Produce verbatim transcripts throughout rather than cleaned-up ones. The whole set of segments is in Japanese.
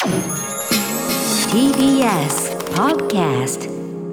ティービーエス Podcast。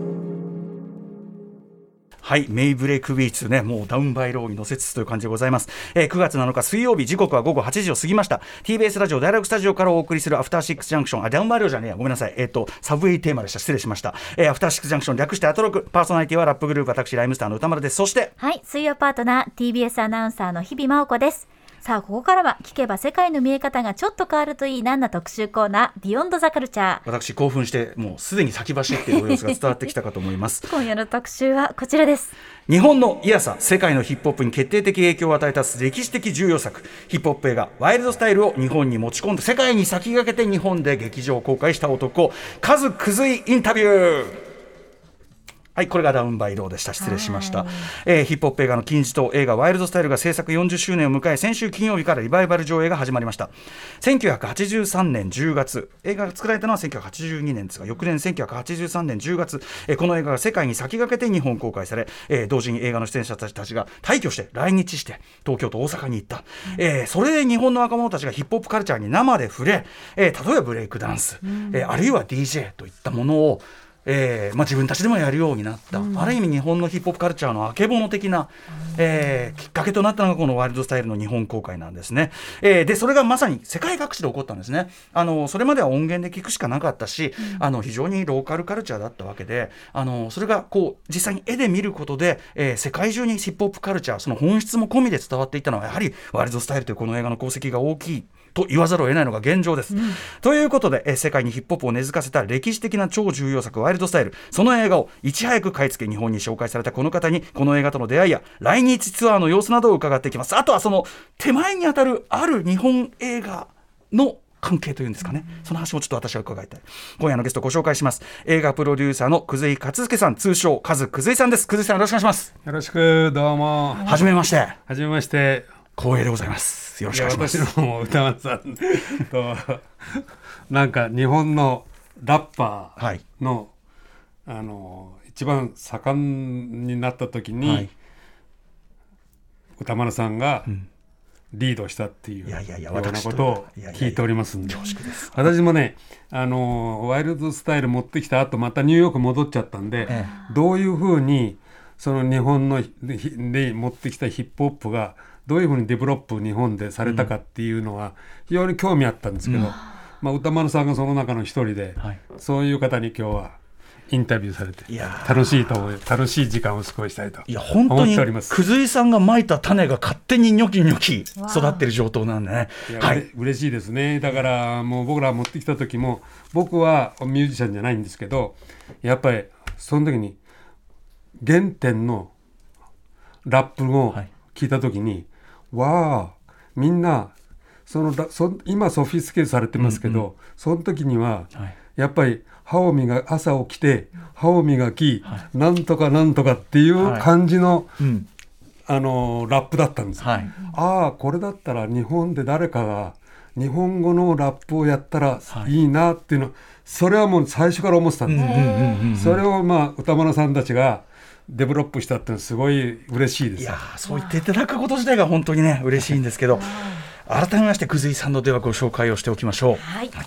はい、メイブレイクウィーツね、もうダウンバイローに乗せつつという感じでございます。えー、くがつなのか水曜日、時刻は午後はちじを過ぎました。 ティービーエス ラジオダイアログスタジオからお送りするアフターシックスジャンクション、あ、ダウンバイローじゃねえや、ごめんなさい、えっ、ー、とサブウェイテーマでした。失礼しました。えー、アフターシックスジャンクション略してアトロク。パーソナリティはラップグループ私ライムスターの歌丸です。そしてはい、水曜パートナー ティービーエス アナウンサーの日々真央子です。さあ、ここからは聞けば世界の見え方がちょっと変わるといいなな特集コーナー、ビヨンドザカルチャー。 私興奮してもうすでに先走っている様子が伝わってきたかと思います今夜の特集はこちらです。 日本のいやさ世界のヒップホップに決定的影響を与えた歴史的重要作、ヒップホップ映画ワイルドスタイルを日本に持ち込んで世界に先駆けて日本で劇場公開した男、カズクズイインタビュー。はい、これがダウンバイローでした。失礼しました。えー、ヒップホップ映画の金字塔映画ワイルドスタイルが制作よんじゅっしゅうねんを迎え、先週金曜日からリバイバル上映が始まりました。せんきゅうひゃくはちじゅうさんねんじゅうがつ、映画が作られたのはせんきゅうひゃくはちじゅうにねんですが、翌年せんきゅうひゃくはちじゅうさんねんじゅうがつ、えー、この映画が世界に先駆けて日本公開され、えー、同時に映画の出演者たちが大挙して来日して東京と大阪に行った、えー、それで日本の若者たちがヒップホップカルチャーに生で触れ、えー、例えばブレイクダンス、えー、あるいは ディージェー といったものをえーまあ、自分たちでもやるようになった、うん、ある意味日本のヒップホップカルチャーのあけぼの的な、えー、きっかけとなったのがこのワイルドスタイルの日本公開なんですね。えー、でそれがまさに世界各地で起こったんですね。あのそれまでは音源で聞くしかなかったし、うん、あの非常にローカルカルチャーだったわけで、あのそれがこう実際に絵で見ることで、えー、世界中にヒップホップカルチャーその本質も込みで伝わっていったのはやはりワイルドスタイルというこの映画の功績が大きいと言わざるを得ないのが現状です、うん、ということで、え世界にヒップホップを根付かせた歴史的な超重要作ワイルドスタイル、その映画をいち早く買い付け日本に紹介されたこの方にこの映画との出会いや来日ツアーの様子などを伺っていきます。あとはその手前にあたるある日本映画の関係というんですかね、その話もちょっと私は伺いたい。今夜のゲストご紹介します。映画プロデューサーの久井勝介さん、通称カズ久井さんです。久井さん、よろしくお願いします。 よろしく、どうも。 はじめまして。 はじめまして。 光栄でございます。よろしくお願いします。 私の歌丸さんとなんか日本のラッパーの、はい、あの一番盛んになった時に、はい、歌丸さんがリードしたっていうようなことを聞いておりますんで、私もねあのワイルドスタイル持ってきた後またニューヨーク戻っちゃったんで、ええ、どういうふうにその日本ので持ってきたヒップホップがどういうふうにデベロップ日本でされたかっていうのは非常に興味あったんですけど、うんまあ、歌丸さんがその中の一人で、はい、そういう方に今日はインタビューされて楽しいと思う楽しい時間を過ごしたいと思っております。いや本当に久井さんがまいた種が勝手にニョキニョキ育ってる上等なんでね。 いや、はい、嬉しいですね。だからもう僕ら持ってきた時も僕はミュージシャンじゃないんですけど、やっぱりその時に原点のラップを聞いた時に、はいわあみんなそのそ今ソフィスケされてますけど、うんうん、その時には、はい、やっぱり歯を磨朝起きて歯を磨き、はい、なんとかなんとかっていう感じの、はいうんあのラップだったんです、はい、ああこれだったら日本で誰かが日本語のラップをやったらいいなっていうの、はい、それはもう最初から思ってたんです、うんうんうんうん、それをまあ歌丸さんたちがデベロップしたってのはすごい嬉しいです。 いやそう言っていただくこと自体が本当にね嬉しいんですけど改めまして久井さんのではご紹介をしておきましょう。 はい、はい、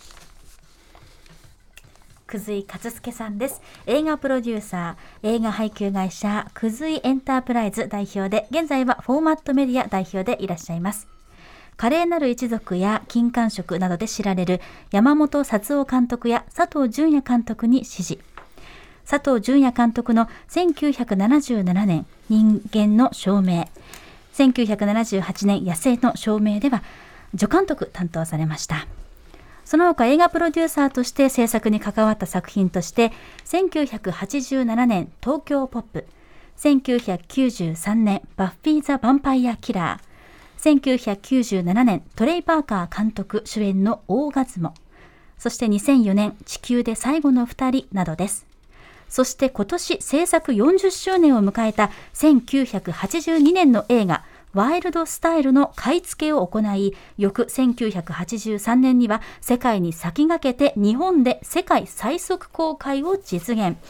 久井勝介さんです。映画プロデューサー映画配給会社久井エンタープライズ代表で現在はフォーマットメディア代表でいらっしゃいます。華麗なる一族や金環食などで知られる山本薩夫監督や佐藤淳也監督に師事。佐藤淳也監督のせんきゅうひゃくななじゅうななねん人間の証明、せんきゅうひゃくななじゅうはちねん野生の証明では助監督担当されました。その他映画プロデューサーとして制作に関わった作品としてせんきゅうひゃくはちじゅうななねん東京ポップ、せんきゅうひゃくきゅうじゅうさんねんバッフィー・ザ・ヴァンパイア・キラー、せんきゅうひゃくきゅうじゅうななねんトレイ・パーカー監督主演のオーガズモ、そしてにせんよねん地球で最後のふたりなどです。そして今年制作よんじゅっしゅうねんを迎えたせんきゅうひゃくはちじゅうにねんの映画ワイルドスタイルの買い付けを行い、翌せんきゅうひゃくはちじゅうさんねんには世界に先駆けて日本で世界最速公開を実現。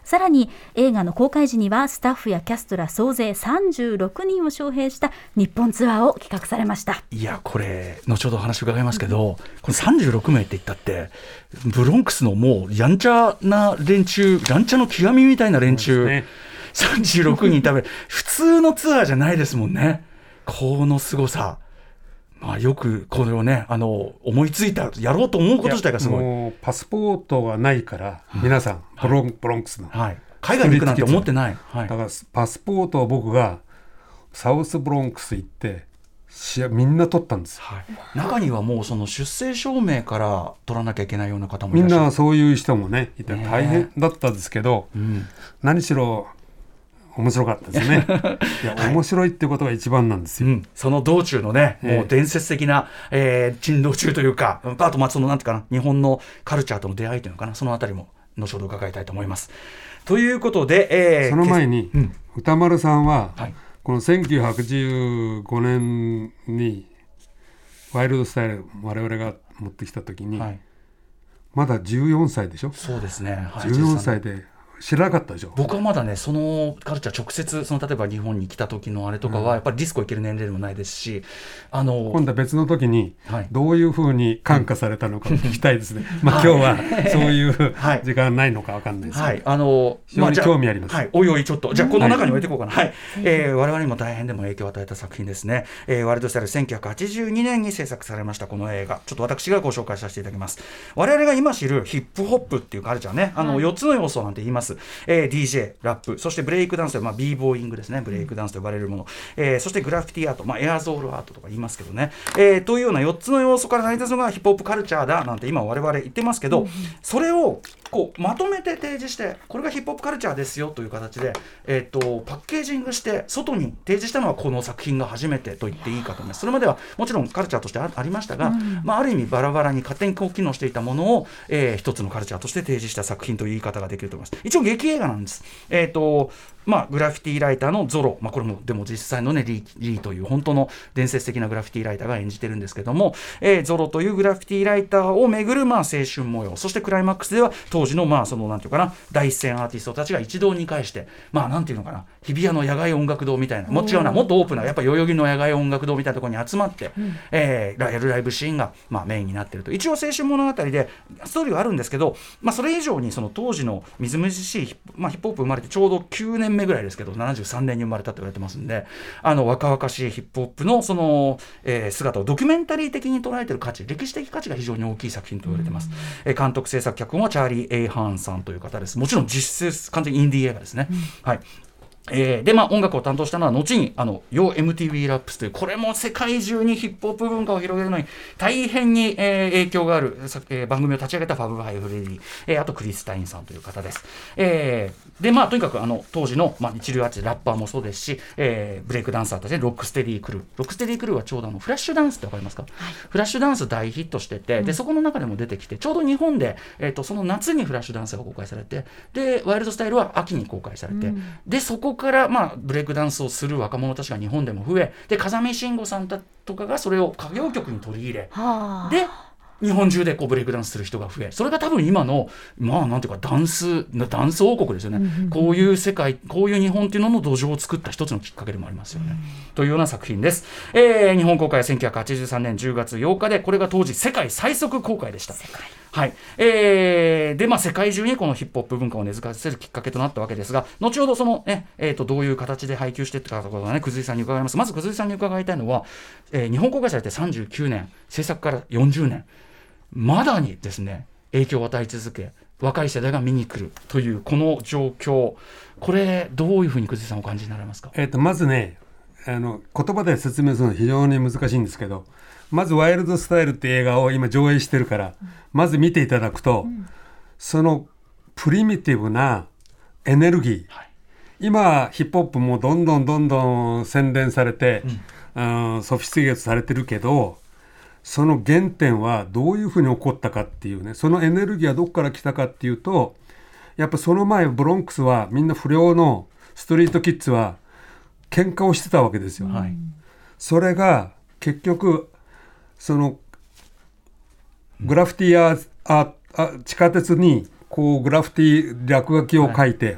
さらに映画の公開時にはスタッフやキャストら総勢さんじゅうろくにんを招聘した日本ツアーを企画されました。 いやこれ後ほどお話伺いますけど、うん、このさんじゅうろくめいって言ったってブロンクスのもうやんちゃな連中、やんちゃの極みみたいな連中、ね、さんじゅうろくにん食べ普通のツアーじゃないですもんね。この凄さ、まあ、よくこれをねあの思いついたやろうと思うこと自体がすごい。 もうパスポートがないから皆さん、はい、ブロン、ブロンクスの、 はい、海外に行くなんて思ってない、はい、 だからパスポートを僕がサウスブロンクス行ってみんな取ったんですよ、はい、 中にはもうその出生証明から取らなきゃいけないような方もいらっしゃる。 みんなそういう人もねいて大変だったんですけど、ね、うん、何しろ面白かったですねいや、はい、面白いってことが一番なんですよ、うん、 その道中のね、もう伝説的な、えー、珍道中というか、あとまあそのなんていうかな、日本のカルチャーとの出会いというのかな、そのあたりも後ほど伺いたいと思います。ということで、 えー、その前に、うん、歌丸さんは、はい、このせんきゅうひゃくはちじゅうごねんにワイルドスタイル我々が持ってきた時に、はい、まだじゅうよんさいでしょ。 そうですね、 じゅうよんさいで知らなかったでしょ。 僕はまだねそのカルチャー直接その例えば日本に来た時のあれとかはやっぱりディスコ行ける年齢でもないですし、あの今度は別の時にどういうふうに感化されたのか聞きたいですね、うん、まあ今日はそういう時間ないのか分かんないですけど、はい、あの非常に興味あります、 まあ、はい、おいおいちょっとじゃあこの中に置いていこうかな、はいはい、えー、我々にも大変でも影響を与えた作品ですね、えー、ワイルドスタイルせんきゅうひゃくはちじゅうにねんに制作されましたこの映画、ちょっと私がご紹介させていただきます。我々が今知るヒップホップっていうカルチャーね、あの、はい、よっつの要素なんて言います、えー、ディージェー、ラップ、そしてブレイクダンスという、まあ、ビーボーイングですね、ブレイクダンスと呼ばれるもの、えー、そしてグラフィティアート、まあ、エアゾールアートとか言いますけどね、えー、というようなよっつの要素から成り立つのがヒップホップカルチャーだなんて今我々言ってますけど、うん、それをこうまとめて提示してこれがヒップホップカルチャーですよという形で、えー、とパッケージングして外に提示したのはこの作品が初めてと言っていいかと思います。それまではもちろんカルチャーとしてありましたが、うん、まあ、ある意味バラバラに勝手に機能していたものを、えー、一つのカルチャーとして提示した作品という言い方ができると思います。一応劇映画なんです。えーとまあ、グラフィティライターのゾロ、まあ、これもでも実際のねリー、リーという本当の伝説的なグラフィティライターが演じてるんですけども、えー、ゾロというグラフィティライターをめぐるまあ青春模様、そしてクライマックスでは当時のまあそのなんていうかな第一線アーティストたちが一堂に会してまあなんていうのかな日比谷の野外音楽堂みたいな、もちろんなもっとオープンなやっぱ代々木の野外音楽堂みたいなところに集まって、うん、えー、やるライブシーンがまあメインになっていると。一応青春物語でストーリーはあるんですけど、まあ、それ以上にその当時のみずみずしい、まあ、ヒップホップ生まれてちょうどきゅうねんめぐらいですけどななじゅうさんねんに生まれたと言われてますんで、あの若々しいヒップホップのその、えー、姿をドキュメンタリー的に捉えている価値、歴史的価値が非常に大きい作品と言われてます、うん、えー、監督制作脚本はチャーリー・エイ・ハーンさんという方です。もちろん実質完全にインディー映画ですね、うん、はい。えー、でまあ音楽を担当したのは後にあのヨー エムティーブイ ラップスというこれも世界中にヒップホップ文化を広げるのに大変に、えー、影響がある、えー、番組を立ち上げたファブ・ファイブ・レディ、えー、あとクリス・タインさんという方です、えー、でまあとにかくあの当時の、まあ、一流アーティストラッパーもそうですし、えー、ブレイクダンサーたちでロックステディクルーロックステディクルーはちょうどあのフラッシュダンスってわかりますか、はい、フラッシュダンス大ヒットしてて、うん、でそこの中でも出てきてちょうど日本で、えー、とその夏にフラッシュダンスが公開されてでワイルドスタイルは秋に公開されて、うん、でそこからまあブレイクダンスをする若者たちが日本でも増えで風見慎吾さんとかがそれを歌謡曲に取り入れで日本中でこうブレイクダンスする人が増えそれが多分今のまあなんていうかダンスダンス王国ですよね、うんうん、こういう世界こういう日本っていうのの土壌を作った一つのきっかけでもありますよね、うん、というような作品です、えー、日本公開はせんきゅうひゃくはちじゅうさんねんじゅうがつようかでこれが当時世界最速公開でした。はい、えー、でまあ世界中にこのヒップホップ文化を根付かせるきっかけとなったわけですが後ほどその、ねえー、とどういう形で配給していったかとかね葛井さんに伺います。まず葛井さんに伺いたいのは、えー、日本公開されてさんじゅうきゅうねん制作からよんじゅうねんまだにですね影響を与え続け若い世代が見に来るというこの状況これどういうふうに葛井さんお感じになられますか。 えー、とまずねあの言葉で説明するのは非常に難しいんですけどまずワイルドスタイルって映画を今上映してるから、うん、まず見ていただくと、うん、そのプリミティブなエネルギー、はい、今ヒップホップもどんどんどんどん洗練されて、うんうん、ソフィスティケートされてるけどその原点はどういうふうに起こったかっていうねそのエネルギーはどこから来たかっていうとやっぱその前ブロンクスはみんな不良のストリートキッズは喧嘩をしてたわけですよ、はい、それが結局そのグラフィティやああ地下鉄にこうグラフィティ落書きを書いて、はい、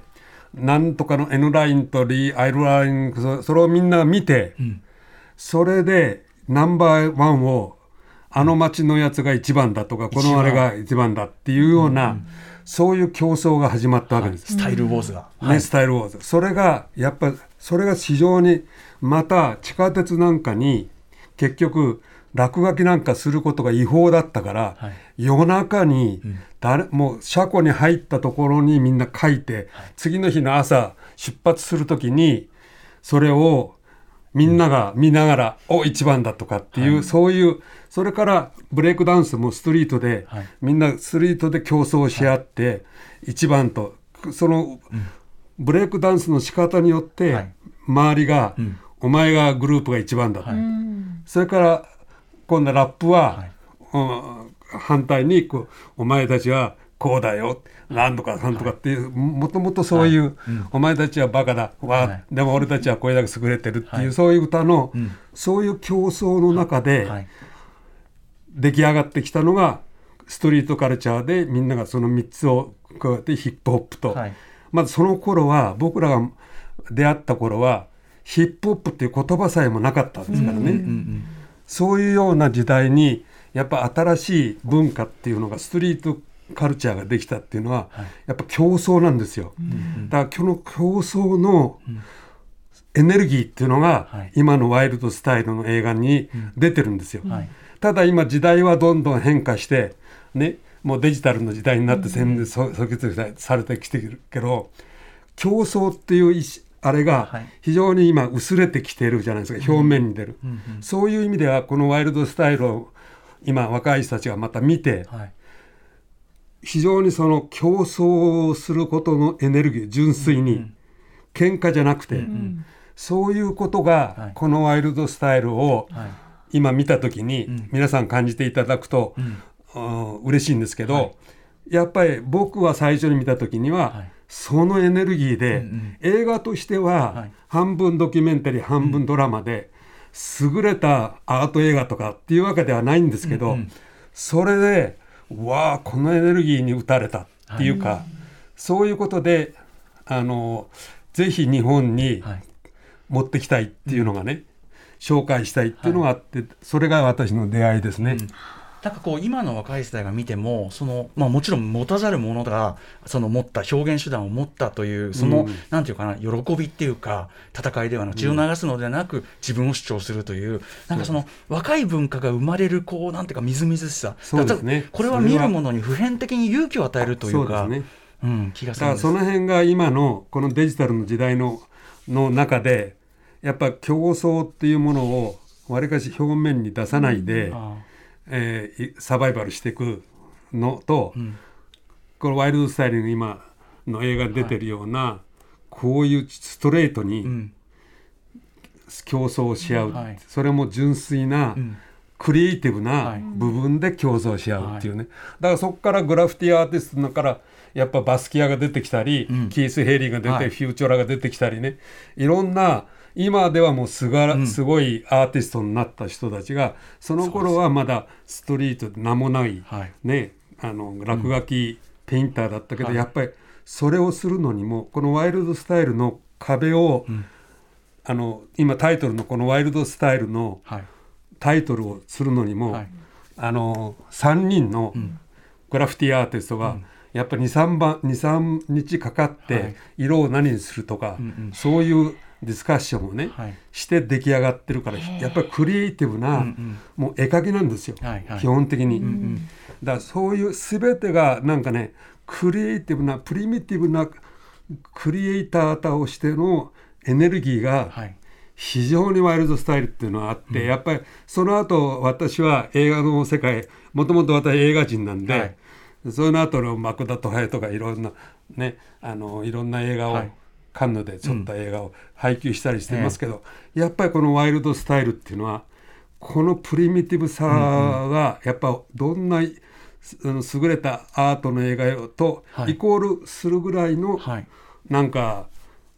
なんとかの N ラインと L ライン、そ, それをみんな見て、うん、それでナンバーワンをあの町のやつが一番だとか、このあれが一番だっていうような、うんうん、そういう競争が始まったわけです、 はい、スタイルウォーズが、 ね、はい、スタイルウォーズ、それがやっぱそれが非常に、また地下鉄なんかに結局落書きなんかすることが違法だったから、はい、夜中に誰、うん、もう車庫に入ったところにみんな書いて、はい、次の日の朝出発するときにそれをみんなが見ながら、うん、お一番だとかっていう、はい、そういう、それからブレイクダンスもストリートで、はい、みんなストリートで競争し合って、はい、一番とその、うん、ブレイクダンスの仕方によって、はい、周りが、うん、お前がグループが一番だと、はい、それから今度ラップは、はい、反対にこうお前たちはこうだよなんとかなんとかっていう、もともとそういう、はい、うん、お前たちはバカだ、はい、でも俺たちはこれだけ優れてるっていう、はい、そういう歌の、うん、そういう競争の中で、はい、出来上がってきたのがストリートカルチャーで、みんながそのみっつをこうやってヒップホップと、はい、まずその頃は僕らが出会った頃はヒップホップっていう言葉さえもなかったんですからね、うんうんうん、そういうような時代にやっぱ新しい文化っていうのが、ストリートカルチャーができたっていうのは、はい、やっぱ競争なんですよ、うんうん、だからこの競争のエネルギーっていうのが、はい、今のワイルドスタイルの映画に出てるんですよ、うん、はい、ただ今時代はどんどん変化してね、もうデジタルの時代になって宣伝されてきてるけど、競争っていう意思あれが非常に今薄れてきてるじゃないですか、表面に出る、うんうんうん、そういう意味ではこのワイルドスタイルを今若い人たちがまた見て、はい、非常にその競争をすることのエネルギー、純粋に、うんうん、喧嘩じゃなくて、うんうん、そういうことがこのワイルドスタイルを今見た時に皆さん感じていただくと、うん、嬉しいんですけど、はい、やっぱり僕は最初に見た時には、はい、そのエネルギーで、うんうん、映画としては半分ドキュメンタリー半分ドラマで、優れたアート映画とかっていうわけではないんですけど、うんうん、それでわあこのエネルギーに打たれたっていうか、はい、そういうことであのぜひ日本に持ってきたいっていうのがね、はい、紹介したいっていうのがあって、はい、それが私の出会いですね、うん、 なんかこう今の若い世代が見てもその、まあ、もちろん持たざる者がその持った表現手段を持ったというその、うん、なんていうかな、喜びっていうか戦いではなく血を流すのではなく、うん、自分を主張するという、なんかその若い文化が生まれるこうなんていうかみずみずしさ、 そうですね、 これは見る者に普遍的に勇気を与えるというか、そうですね、うん、気がするんです。 だからその辺が今のこのデジタルの時代の、の中でやっぱ競争っていうものをわりかし表面に出さないで、うん、あえー、サバイバルしていくのと、うん、このワイルドスタイルの今の映画に出てるような、はい、こういうストレートに競争し合う、うん、はい、それも純粋な、うん、クリエイティブな部分で競争し合うっていうね、はい、だからそこからグラフィティアーティストだからやっぱバスキアが出てきたり、うん、キース・ヘイリーが出て、はい、フューチョラが出てきたりね、いろんな今ではもうすがら、うん、すごいアーティストになった人たちが、その頃はまだストリートで名もない、はい、ね、あの落書き、うん、ペインターだったけど、はい、やっぱりそれをするのにもこのワイルドスタイルの壁を、うん、あの今タイトルのこのワイルドスタイルのタイトルをするのにも、はい、あのさんにんのグラフィティアーティストが、うん、やっぱり にさんにちかかって色を何にするとか、はい、うんうん、そういうディスカッションをね、はい、して出来上がってるから、やっぱりクリエイティブな、うんうん、もう絵描きなんですよ、はいはい、基本的に、うんうん、だからそういう全てがなんかね、クリエイティブなプリミティブなクリエイターとしてのエネルギーが非常にワイルドスタイルっていうのがあって、うん、やっぱりその後私は映画の世界、もともと私映画人なんで、はい、その後のマクダトハイとかいろんなね、あのいろんな映画を、はい、カンヌで撮った映画を配給したりしてますけど、うん、やっぱりこのワイルドスタイルっていうのはこのプリミティブさがやっぱどんな優れたアートの映画とイコールするぐらいのなんか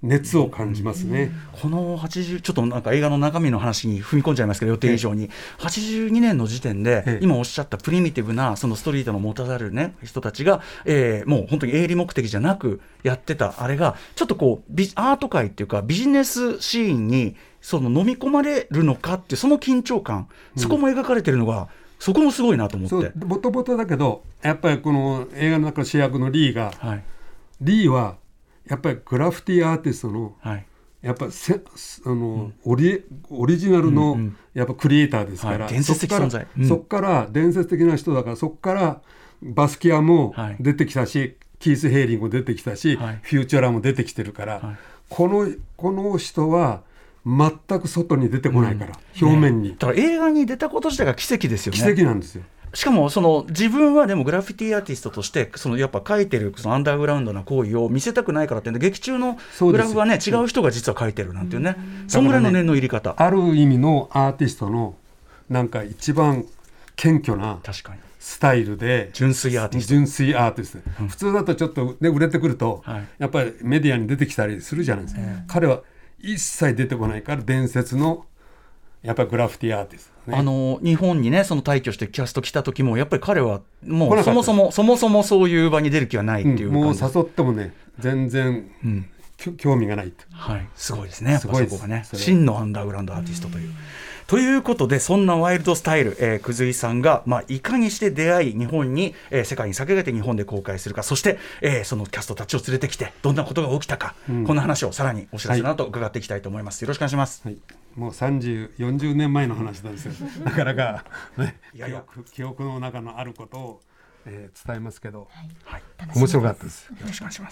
熱を感じますね。 このはちじゅうちょっとなんか映画の中身の話に踏み込んじゃいますけど予定以上に、はちじゅうにねんの時点で、ええ、今おっしゃったプリミティブなそのストリートの持たざる、ね、人たちが、えー、もう本当に営利目的じゃなくやってたあれがちょっとこうビアート界っていうかビジネスシーンにその飲み込まれるのかっていうその緊張感、そこも描かれてるのが、うん、そこもすごいなと思って。 ボトボトだけどやっぱりこの映画の中の主役のリーが、はい、リーはやっぱりグラフィティアーティストの、はい、やっぱせあの、うん、オリ、オリジナルの、うんうん、やっぱクリエイターですから、はい、 伝説的存在、 うん、そこから伝説的な人だから、そこからバスキアも出てきたし、はい、キース・ヘイリングも出てきたし、はい、フューチャラーも出てきてるから、はい、この、この人は全く外に出てこないから、うん、表面に、 ね、だから映画に出たこと自体が奇跡ですよね。 奇跡なんですよ。 しかもその自分はでもグラフィティアーティストとしてそのやっぱ描いてるそのアンダーグラウンドな行為を見せたくないからってんで劇中のグラフはね違う人が実は描いてるなんていうね、うん、そんぐらいの念の入り方、ね、 ある意味のアーティストのなんか一番謙虚なスタイルで純粋アーティスト純粋アーティスト、うん、普通だとちょっと、ね、売れてくると、はい、やっぱりメディアに出てきたりするじゃないですか、うん、彼は一切出てこないから伝説のやっぱりグラフィティアーティスト、ね、 あの日本にねその退去してキャスト来た時もやっぱり彼はもうそもそもそもそもそういう場に出る気はないっていう、うん、 もう誘ってもね全然、うん、興味がないと、 はい、すごいですね。やっぱそこがね真のアンダーグラウンドアーティストという。ということでそんなワイルドスタイル、えー、くずいさんが、まあ、いかにして出会い日本に、えー、世界に先駆けて日本で公開するか、そして、えー、そのキャストたちを連れてきてどんなことが起きたか、うん、こんな話をさらにお知らせの後伺っていきたいと思います、はい、よろしくお願いします、はい、 もうさんじゅう、よんじゅうねんまえの話なんですよなかなか、ね、いやいや記憶、記憶の中のあることを、えー、伝えますけど、はい、面白かったです。 よろしくお願いします。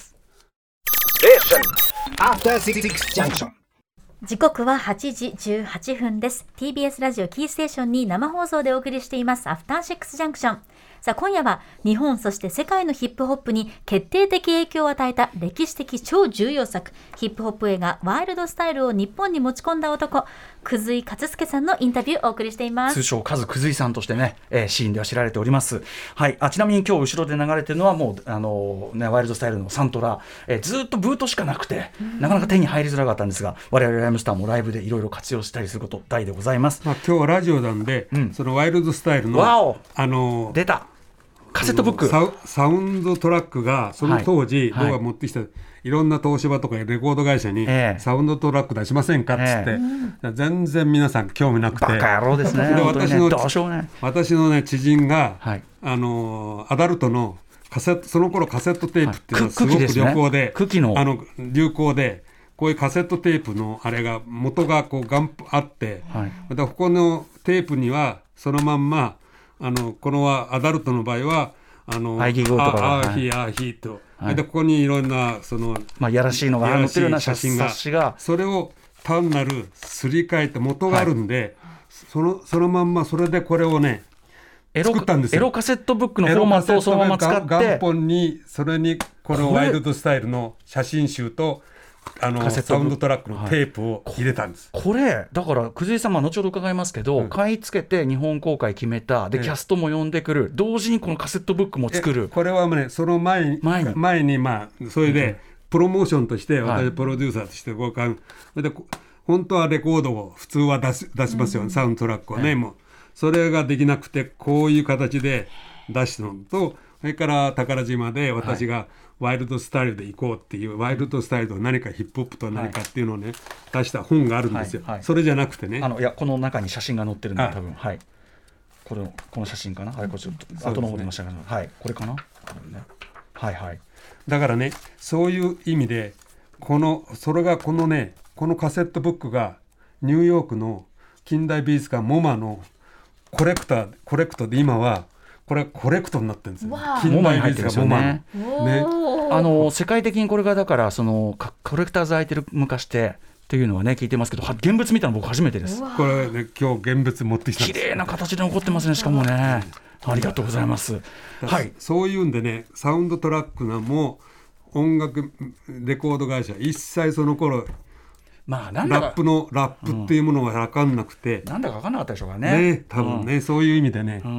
時刻ははちじじゅうはっぷんです。 ティービーエス ラジオキーステーションに生放送でお送りしていますアフターシックスジャンクション。さあ今夜は日本そして世界のヒップホップに決定的影響を与えた歴史的超重要作、ヒップホップ映画ワイルドスタイルを日本に持ち込んだ男、くずい勝介さんのインタビューをお送りしています。 通称カズくずいさんとしてね、えー、シーンでは知られております、はい、あちなみに今日後ろで流れてるのはもうあの、ね、ワイルドスタイルのサントラ、えー、ずっとブートしかなくてなかなか手に入りづらかったんですが、我々ライムスターもライブでいろいろ活用したりすること大でございます、 まあ、今日はラジオなんで、うん、そのワイルドスタイルのワオあの出たカセットブックサ, サウンドトラックがその当時、はい、僕が持ってきた、はい、いろんな東芝とかレコード会社に、えー、サウンドトラック出しませんかっつって、えー、全然皆さん興味なくて、 バカ野郎ですねで私の、 ね、 私の、ね、知人が、はい、あのアダルトのカセットその頃カセットテープっていうのはすごく流行で、 はい、 あの流行でこういうカセットテープのあれが元がこうガンプあって、はい、またここのテープにはそのまんまあのこのはアダルトの場合はあのアイギゴーとかあーヒーあーヒーと、はい、でここにいろんなその、 まあ、やらしいのが載ってるような写真がそれを単なるすり替えて元があるんで、はい、そのそのまんまそれでこれをねエロ作ったんですよ。 エロカセットブックのフォーマットをそのまま使って元本にそれにこのワイルドスタイルの写真集とあのサウンドトラックのテープを入れたんです、 はい、これだからくずいさんは後ほど伺いますけど、うん、買い付けて日本公開決めたで、キャストも呼んでくる同時にこのカセットブックも作る。 これはねその前に前に、前にまあそれで、うん、プロモーションとして私、はい、プロデューサーとしてご関で本当はレコードを普通は出し、出しますよね、うん、サウンドトラックをね、はい、もうそれができなくてこういう形で出したのと、それから宝島で私が、はい、ワイルドスタイルで行こうっていうワイルドスタイルとは何かヒップホップとは何かっていうのをね、はい、出した本があるんですよ、はいはい、それじゃなくてねあのいやこの中に写真が載ってるんで多分はいこれこの写真かな、はい、これちょっと後の方でましたけど、ね、はいこれかな、はいはい、 だからねそういう意味でこのそれがこのねこのカセットブックがニューヨークの近代美術館モマのコレクターコレクトで今はこれコレクトになってるんですよ。近代美術館モマの、ね、 あの世界的にこれがだからそのコレクターズアイテム昔ってというのはね聞いてますけど、現物見たの僕初めてです。 これ、ね、今日現物持ってきたんです。 綺麗な形で残ってますね。しかもねありがとうございます。はい、 そういうんでねサウンドトラックなも音楽レコード会社一切その頃まあ、なんだかラップのラップっていうものが分かんなくて、 うん、なんだか分かんなかったでしょうかね。 ね多分ね、うん、そういう意味でね、うん、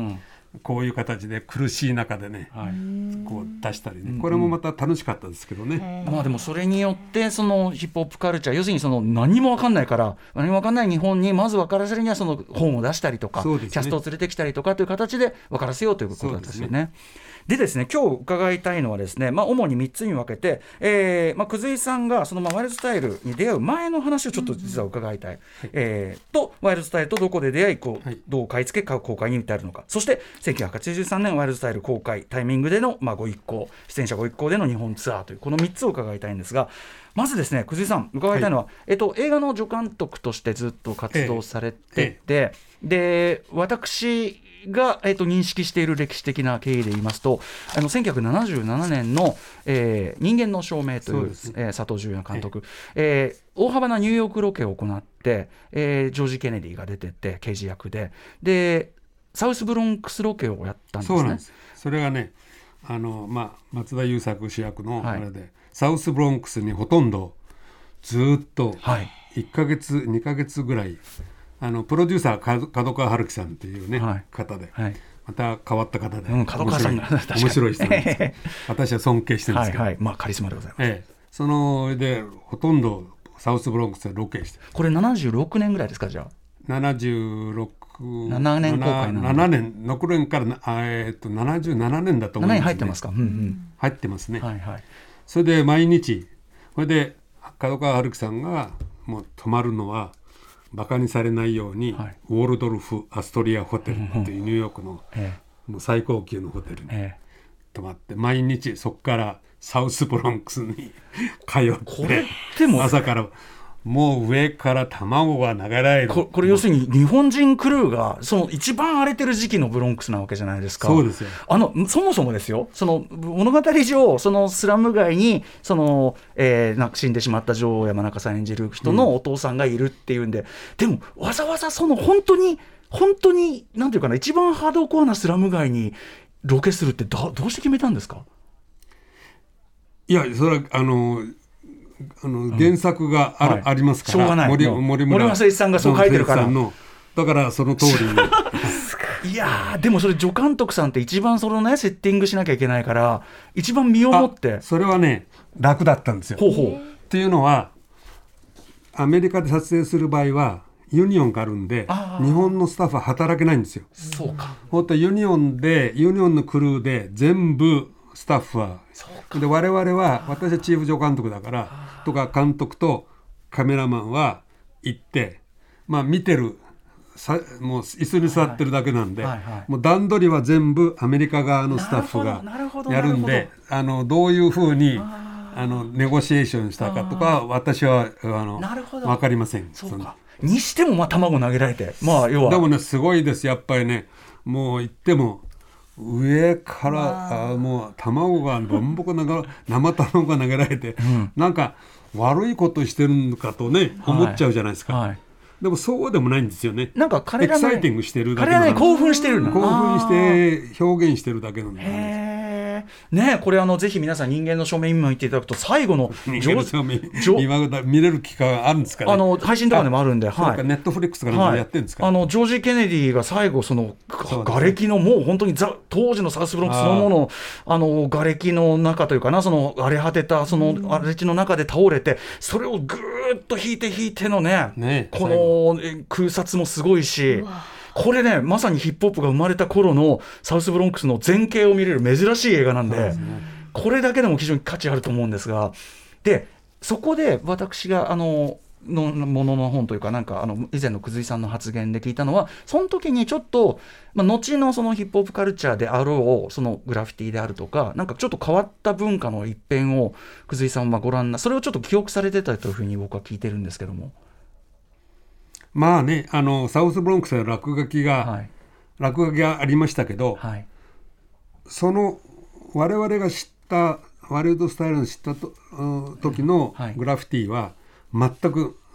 こういう形で苦しい中でね、はい、こう出したりね、これもまた楽しかったですけどね、 まあ、でもそれによってそのヒップホップカルチャー、要するにその何も分かんないから何も分かんない日本にまず分からせるにはその本を出したりとか、ね、キャストを連れてきたりとかという形で分からせようということなんですよね。でですね、今日伺いたいのはですね、まあ、主にみっつに分けて、えーまあ、葛井さんがそのまあワイルドスタイルに出会う前の話をちょっと実は伺いたい、うんうんえー、とワイルドスタイルとどこで出会いこう、はい、どう買い付け公開に至るのか、そしてせんきゅうひゃくはちじゅうさんねんワイルドスタイル公開タイミングでの、まあ、ご一行出演者ご一行での日本ツアーというこのみっつを伺いたいんですが、まずですね葛井さん伺いたいのは、はいえっと、映画の助監督としてずっと活動されてて、ええ、で私が、えー、と認識している歴史的な経緯で言いますと、あのせんきゅうひゃくななじゅうななねんの、えー、人間の証明という、ねえー、佐藤十也監督、えー、大幅なニューヨークロケを行って、えー、ジョージ・ケネディが出てて刑事役ででサウスブロンクスロケをやったんですね。 そうなんです。それがねあの、まあ、松田優作主役のあれで、はい、サウスブロンクスにほとんどずっといっかげつ、はい、にかげつぐらいあのプロデューサー角川春樹さんっていう、ねはい、方で、はい、また変わった方で、 うん、角川さんが面白い人なんですけど私は尊敬してるんですけど、 はいはいまあ、カリスマでございます、ええ、 そのでほとんどサウスブロンクスでロケしてこれななじゅうろくねんぐらいですか。じゃあななじゅうろくななねん公開なんでななねんろくねんから、えー、っとななじゅうななねんだと思うんですね。 ななねん入ってますか、うんうん、 入ってますね、 はいはい、 それで毎日それで角川春樹さんがもう泊まるのはバカにされないように、はい、ウォルドルフ・アストリアホテルっていうニューヨークの、ええ、もう最高級のホテルに泊まって、ええ、毎日そこからサウスブロンクスに通ってこれっても朝からもう上から卵が流れるこ, これ要するに日本人クルーがその一番荒れてる時期のブロンクスなわけじゃないですか。 そうですよ。 あのそもそもですよ、その物語上そのスラム街にその、えー、死んでしまった女王山中さん演じる人のお父さんがいるっていうんで、うん、でもわざわざその本当に本当になんていうかな一番ハードコアなスラム街にロケするってど, どうして決めたんですか。 いやそれはあのあの原作が あ,、うんはい、ありますから、 しょうがない森森村誠一さんがそう書いてるからのだからその通りにいやでもそれ助監督さんって一番そのねセッティングしなきゃいけないから一番身をもってそれはね楽だったんですよ。 ほうほうっていうのはアメリカで撮影する場合はユニオンがあるんで日本のスタッフは働けないんですよ。 そうか。 ほんとユニオンでユニオンのクルーで全部スタッフはで我々は私はチーフ助監督だからとか監督とカメラマンは行ってまあ見てるさもう椅子に座ってるだけなんで、はいはいはい、もう段取りは全部アメリカ側のスタッフがやるんであのどういうふうにあのネゴシエーションしたかとか私はあの分かりません。 そうかにしてもまあ卵投げられて、まあ、要はでもねすごいですやっぱりねもう行っても上からあもう卵がボンボコ生卵が投げられて、うん、なんか悪いことしてるのかとね思っちゃうじゃないですか、はいはい、でもそうでもないんですよね。 なんか彼らエキサイティングしてるだけ彼らに興奮してる興奮して表現してるだけなんで、 へね、これあのぜひ皆さん人間の証明今見ていただくと最後の人間の証明今見れる機会あるんですかね。 あの配信とかでもあるんで、はい、 ネットフリックスかなんかやってるんですか、 はい、あのジョージ・ケネディが最後その瓦礫のもう本当にザ当時のサウスブロンクスそのものあの瓦礫の中というかなその荒れ果てたその荒れ地の中で倒れてそれをぐーっと引いて引いての ね, ねこの空撮もすごいしこれねまさにヒップホップが生まれた頃のサウスブロンクスの前景を見れる珍しい映画なん で, で、ね、これだけでも非常に価値あると思うんですがでそこで私があののものの本というかなんかあの以前の葛井さんの発言で聞いたのはその時にちょっと、まあ、後のそのヒップホップカルチャーであろうそのグラフィティであるとかなんかちょっと変わった文化の一辺を葛井さんはご覧なそれをちょっと記憶されてたというふうに僕は聞いてるんですけども。 まあねあのサウスブロンクスで落書きが、はい、落書きがありましたけど、はい、その我々が知ったワイルドスタイルの知ったと時のグラフィティは全く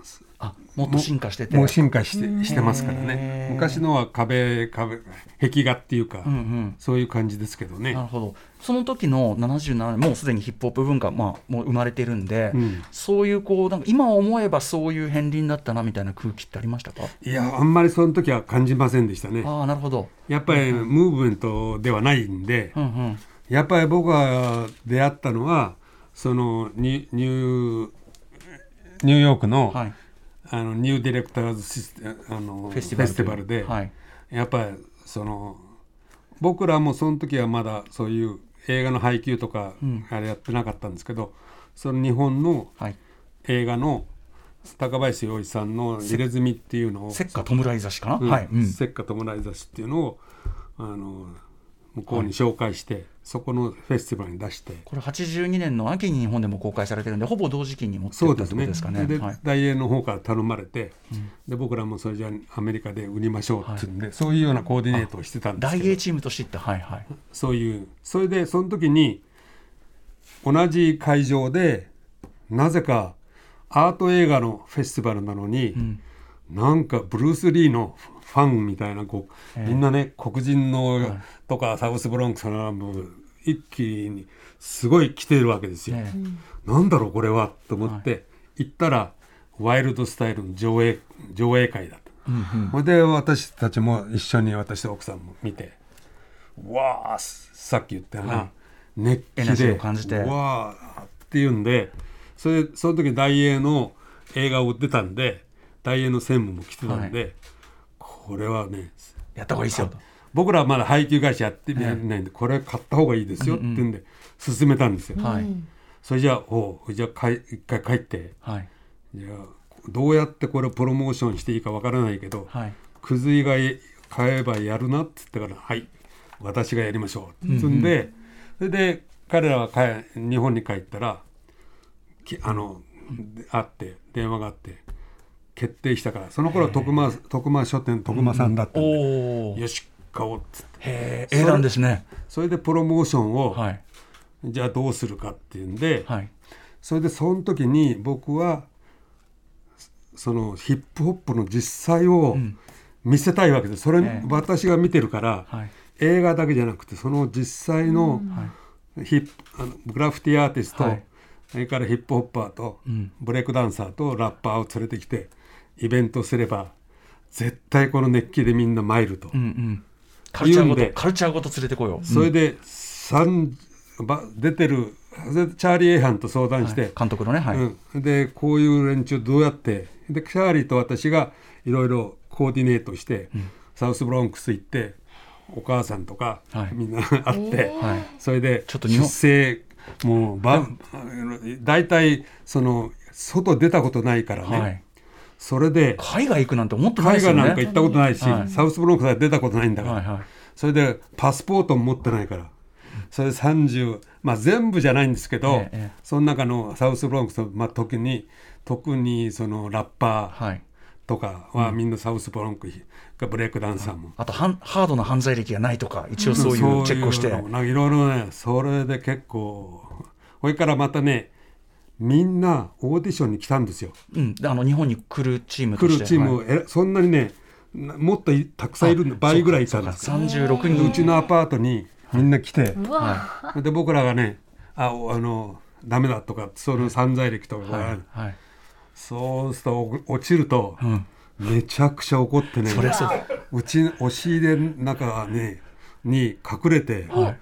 あもっと進化しててもう進化して、してますからね。昔のは壁壁壁画っていうか、うんうん、そういう感じですけどね。 なるほど。その時のななじゅうななねんもうすでにヒップホップ文化、まあ、もう生まれてるんで、うん、そういうこうなんか今思えばそういう片鱗だったなみたいな空気ってありましたか？ いやあんまりその時は感じませんでしたね。 あなるほど。 やっぱりムーブメントではないんで、うんうん、やっぱり僕が出会ったのはそのニュニュニューヨークの、はい、あのニューディレクターズシステあのフェスティバルで、はい、やっぱりその僕らもその時はまだそういう映画の配給とかあれやってなかったんですけど、うん、その日本の映画の高林洋一さんの入れ墨っていうのをせっか弔い差しかな、 うんはいうん、 せっか弔い差しっていうのをあの向こうに紹介して、はい、そこのフェスティバルに出して、 これはちじゅうにねんの秋に日本でも公開されてるんでほぼ同時期に持ってったってことですかね。 そうですね。で、 はい、 大映の方から頼まれて、うん、で僕らもそれじゃアメリカで売りましょうっていうんで、はい、そういうようなコーディネートをしてたんですけど、 大映チームとして、はいはい、 そういうそれでその時に同じ会場でなぜかアート映画のフェスティバルなのに、うん、なんかブルース・リーのファンみたいなこう、みんなね黒人の、はい、とかサウスブロンクスのもう一気にすごい来てるわけですよ、ね、なんだろうこれはと思って、はい、行ったらワイルドスタイルの上映、上映会だと、うんうん、それで私たちも一緒に私と奥さんも見て、わあさっき言ったような、はい、熱気でを感じてわあっていうんで、それその時大映の映画を売ってたんで大映の専務も来てたんで、はい、これはねやった方がいいですよと、 僕らはまだ配給会社やってないんで、ね、これ買った方がいいですよって言うんで勧めたんですよ、うんうん、それじゃあおじゃあ一回帰って、はい、じゃあどうやってこれをプロモーションしていいかわからないけど、はい、くずいが買えばやるなって言ったからはい私がやりましょうって言うんで、うんうん、それで彼らは日本に帰ったらあの会って電話があって決定したから、その頃は徳間、徳間書店徳間さんだったんで、うん、よし買おうっつって、 へえ、英断ですね。 それでプロモーションを、はい、じゃあどうするかっていうんで、はい、それでその時に僕はそのヒップホップの実際を見せたいわけです。それ、私が見てるから、はい、映画だけじゃなくてその実際のヒップ、あのグラフィティアーティスト、はい、それからヒップホッパーと、うん、ブレイクダンサーとラッパーを連れてきてイベントすれば絶対この熱気でみんな参ると、うんうん、 カルチャーごとカルチャーごと連れてこよう。 それで出てるチャーリー・エイハンと相談して、はい、 監督のね、はいうん、でこういう連中どうやってでチャーリーと私がいろいろコーディネートして、うん、サウスブロンクス行ってお母さんとか、はい、みんな会って、はい、それでちょっと出生もうば大体その外出たことないからね、はい、それで海外行くなんて思ってないですよね。 海外なんか行ったことないし、はい、サウスブロンクスは出たことないんだから、はいはい、それでパスポートも持ってないから、それでさんじゅう、まあ、全部じゃないんですけど、ええ、その中のサウスブロンクスの、まあ、特に特にそのラッパーとかはみんなサウスブロンクがブレイクダンサーも、 あとハードな犯罪歴がないとか一応そういうチェックをして、うん、 いろいろね、それで結構それからまたねみんなオーディションに来たんですよ、 うん、あの日本に来るチームとして来るチーム、はい、そんなにねもっとたくさんいるんで倍ぐらいいたんですさんじゅうろくにんうちのアパートにみんな来て、はい、で僕らがね あ, あのダメだとかその犯罪歴とか、はいはい、そうすると落ちると、うん、めちゃくちゃ怒ってね、それそううち押し入れの中、ね、に隠れて、はい、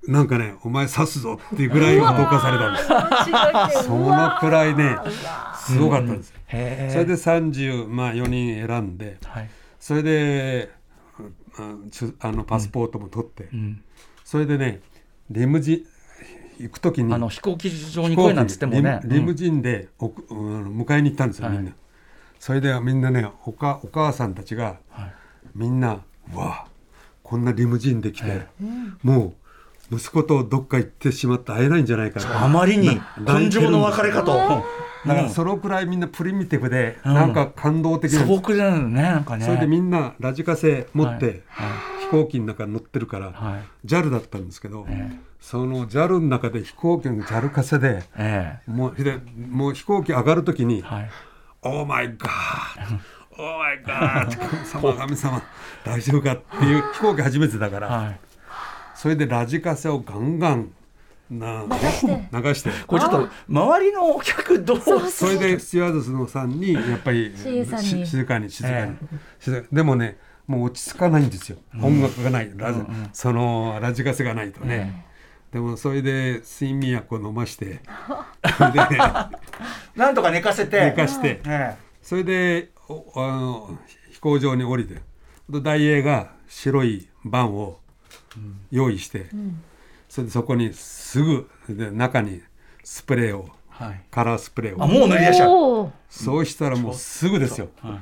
なんかねお前刺すぞっていうぐらい脅かされたんですそのくらいねすごかったんです、うん、それでさんじゅう、まあ、よにん選んで、はい、それであのパスポートも取って、うん、それでねリムジン行くときにあの飛行機場に来いなんつってもねリ、リムジンでお、うん、迎えに行ったんですよ、はい、みんな。それでみんなね お, かお母さんたちが、はい、みんなうわこんなリムジンで来て、えー、もう息子とどっか行ってしまって会えないんじゃないかな、 あまりに感情の別れかと、 だからそのくらいみんなプリミティブで、うん、なんか感動的な、 素朴だよね、なんかね。 それでみんなラジカセ持って、はいはい、飛行機の中に乗ってるから、はい、ジャル だったんですけど、えー、その ジャル の中で飛行機の ジャル カセで、えー、もうでもう飛行機上がるときに、はい、 オーマイガーオーマイガー神様神様大丈夫かっていう飛行機初めてだから、はい、それでラジカセをガンガンな流して流してこれちょっと周りのお客どうそうそれでスチュワードスのさんにやっぱり静かに静かに静かに、えー、でもねもう落ち着かないんですよ、うん、音楽がないラジ、うんうん、そのラジカセがないとね、えー、でもそれで睡眠薬を飲ましてでなんとか寝かせて寝かして、えー、それであの飛行場に降りてダイエーが白いバンを用意して、うん、それでそこにすぐで中にスプレーを、はい、カラースプレーをあもう塗り出しちゃうそうしたらもうすぐですよ、はい、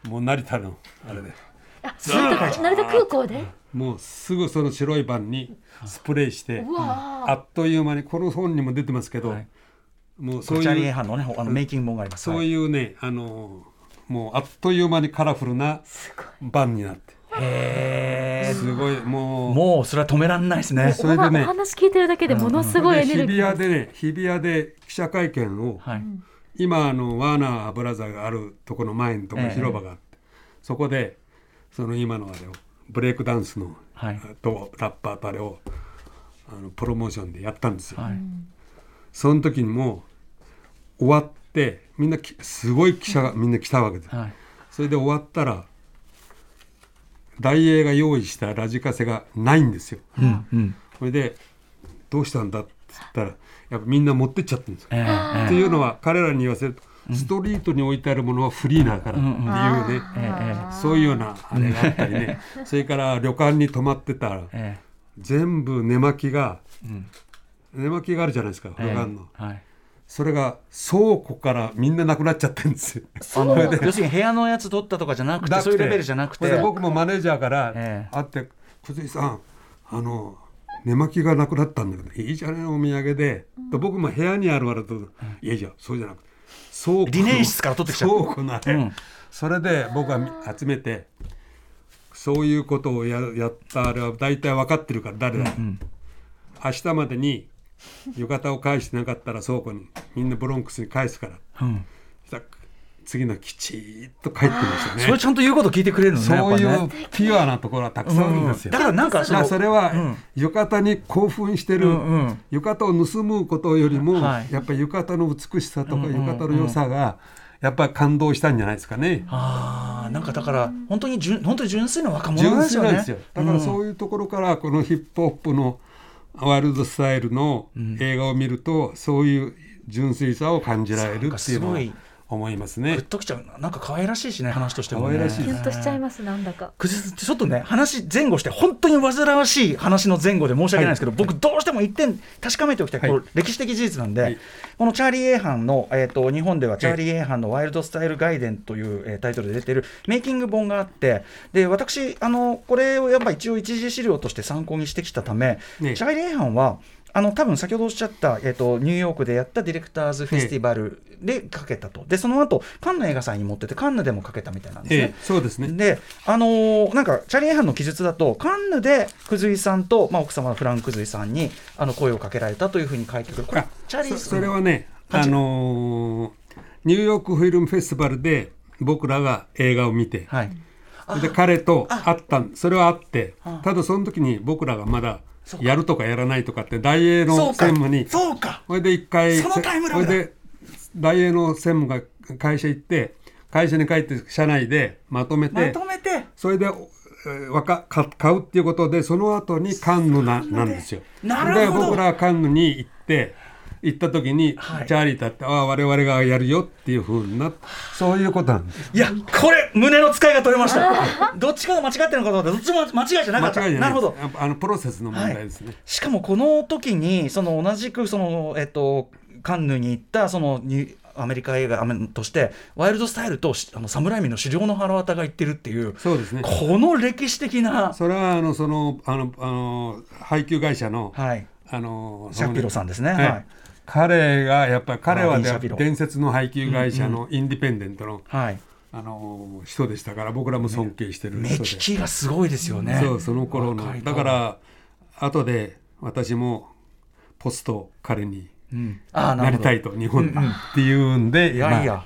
もう成田のあれで成田空港でもうすぐその白いバンにスプレーして、うん、あっという間にこの本にも出てますけど、はい、 もうそういうチャーリー・エイハンのねあのメイキング本があります。 そういうねあのもうあっという間にカラフルなバンになってへーすごいもうもうそれは止められないですね。 それでねお話聞いてるだけでものすごいエネルギー、 日比谷でね日比谷で記者会見を、はい、今あのワーナーブラザーがあるところの前のところ広場があって、えー、そこでその今のあれをブレイクダンスの、はい、とラッパーとあれをあのプロモーションでやったんですよ、はい、その時にも終わってみんなすごい記者がみんな来たわけです、はい、それで終わったらダイエーが用意したラジカセがないんですよ、うんうん、それでどうしたんだって言ったらやっぱみんな持ってっちゃってるんですよ、えー、っていうのは彼らに言わせるとストリートに置いてあるものはフリーだからっていうね、うんうん、そういうようなあれがあったりねそれから旅館に泊まってたら、えー、全部寝巻きが、うん、寝巻きがあるじゃないですか旅館の、えーはい、それが倉庫からみんななくなっちゃってるんですよ。 あの要するに部屋のやつ取ったとかじゃなくてそういうレベルじゃなくて僕もマネージャーから会って、えー、小杉さんあの寝巻きがなくなったんだけどいいじゃねお土産で、うん、と僕も部屋にあるわらと、うん、いやいやそうじゃなくて倉庫リネン室から取ってきちゃう倉庫のあれ、うん、それで僕は集めてそういうことを や, やったあれは大体分かってるから誰だ、うんうん、明日までに浴衣を返してなかったら倉庫にみんなブロンクスに返すから、うん、次のきちっと帰ってましたね。 それちゃんと言うこと聞いてくれるのね。 そういうピュアなところはたくさんあるんですよ、 うん、だからなんか そ, それは浴衣に興奮してる、うんうん、浴衣を盗むことよりも、はい、やっぱり浴衣の美しさとか浴衣の良さがやっぱり感動したんじゃないですかね。 あなんかだから本当に純本当に純粋な若者なんですよね。純粋なんですよ。 だからそういうところからこのヒップホップのワイルドスタイルの映画を見ると、うん、そういう純粋さを感じられるっていうのは思いますね。 グッときちゃう。なんか可愛らしいしね話としてもね。 可愛らしい。 キュンとしちゃいますなんだか。 ちょっとね話前後して本当に煩わしい話の前後で申し訳ないんですけど、はい、僕どうしても一点確かめておきたい、はい、これ歴史的事実なんで、はい、このチャーリー・エイハンの、えー、と日本ではチャーリー・エイハンのワイルドスタイルガイデンという、えー、タイトルで出てるメイキング本があって、で私あのこれをやっぱ一応一次資料として参考にしてきたため、ね、チャーリー・エイハンはあの多分先ほどおっしゃった、えー、とニューヨークでやったディレクターズフェスティバルでかけたと。でその後カンヌ映画祭に持っててカンヌでもかけたみたいなんですね、 えー、そうですね。 であのー、なんかチャーリー・エイハンの記述だとカンヌで葛井さんと、まあ、奥様のフラン葛井さんにあの声をかけられたというふうに書いてくる。これチャーリーそ, それはね、あのー、ニューヨークフィルムフェスティバルで僕らが映画を見て、はい、で彼と会ったそれはあって、ただその時に僕らがまだやるとかやらないとかって大英の専務にそうかそれで一回そのタイムラグだ。 それで大英の専務が会社行って会社に帰って社内でまとめて、 まとめてそれでわか買うっていうことでその後にカンヌ な, なんですよ。 なるほど。 で僕らはカンヌに行って行った時に、はい、チャーリーだってああ我々がやるよっていう風になそういうことなんです。 いやこれ胸の使いが取れましたどっちかが間違ってるのかと思ったらどっちも間違いじゃなかった。 間違いじゃない。 なるほど。 あのプロセスの問題ですね、はい、 しかもこの時にその同じくその、えっと、カンヌに行ったそのにアメリカ映画としてワイルドスタイルとあのサムライミの狩猟の腹渡が言ってるっていう。 そうですね。 この歴史的なそれはあのそのあのあの配給会社の、 はい、 あのシャピロさんですね、 はいはい、 彼がやっぱり彼は伝説の配給会社のインディペンデントの、うんうんはい、あの人でしたから僕らも尊敬してる人で、 ね、目利きがすごいですよね。 そうその頃のだから後で私もポスト彼になりたいと、うん、日本っていうんで、 いやいや、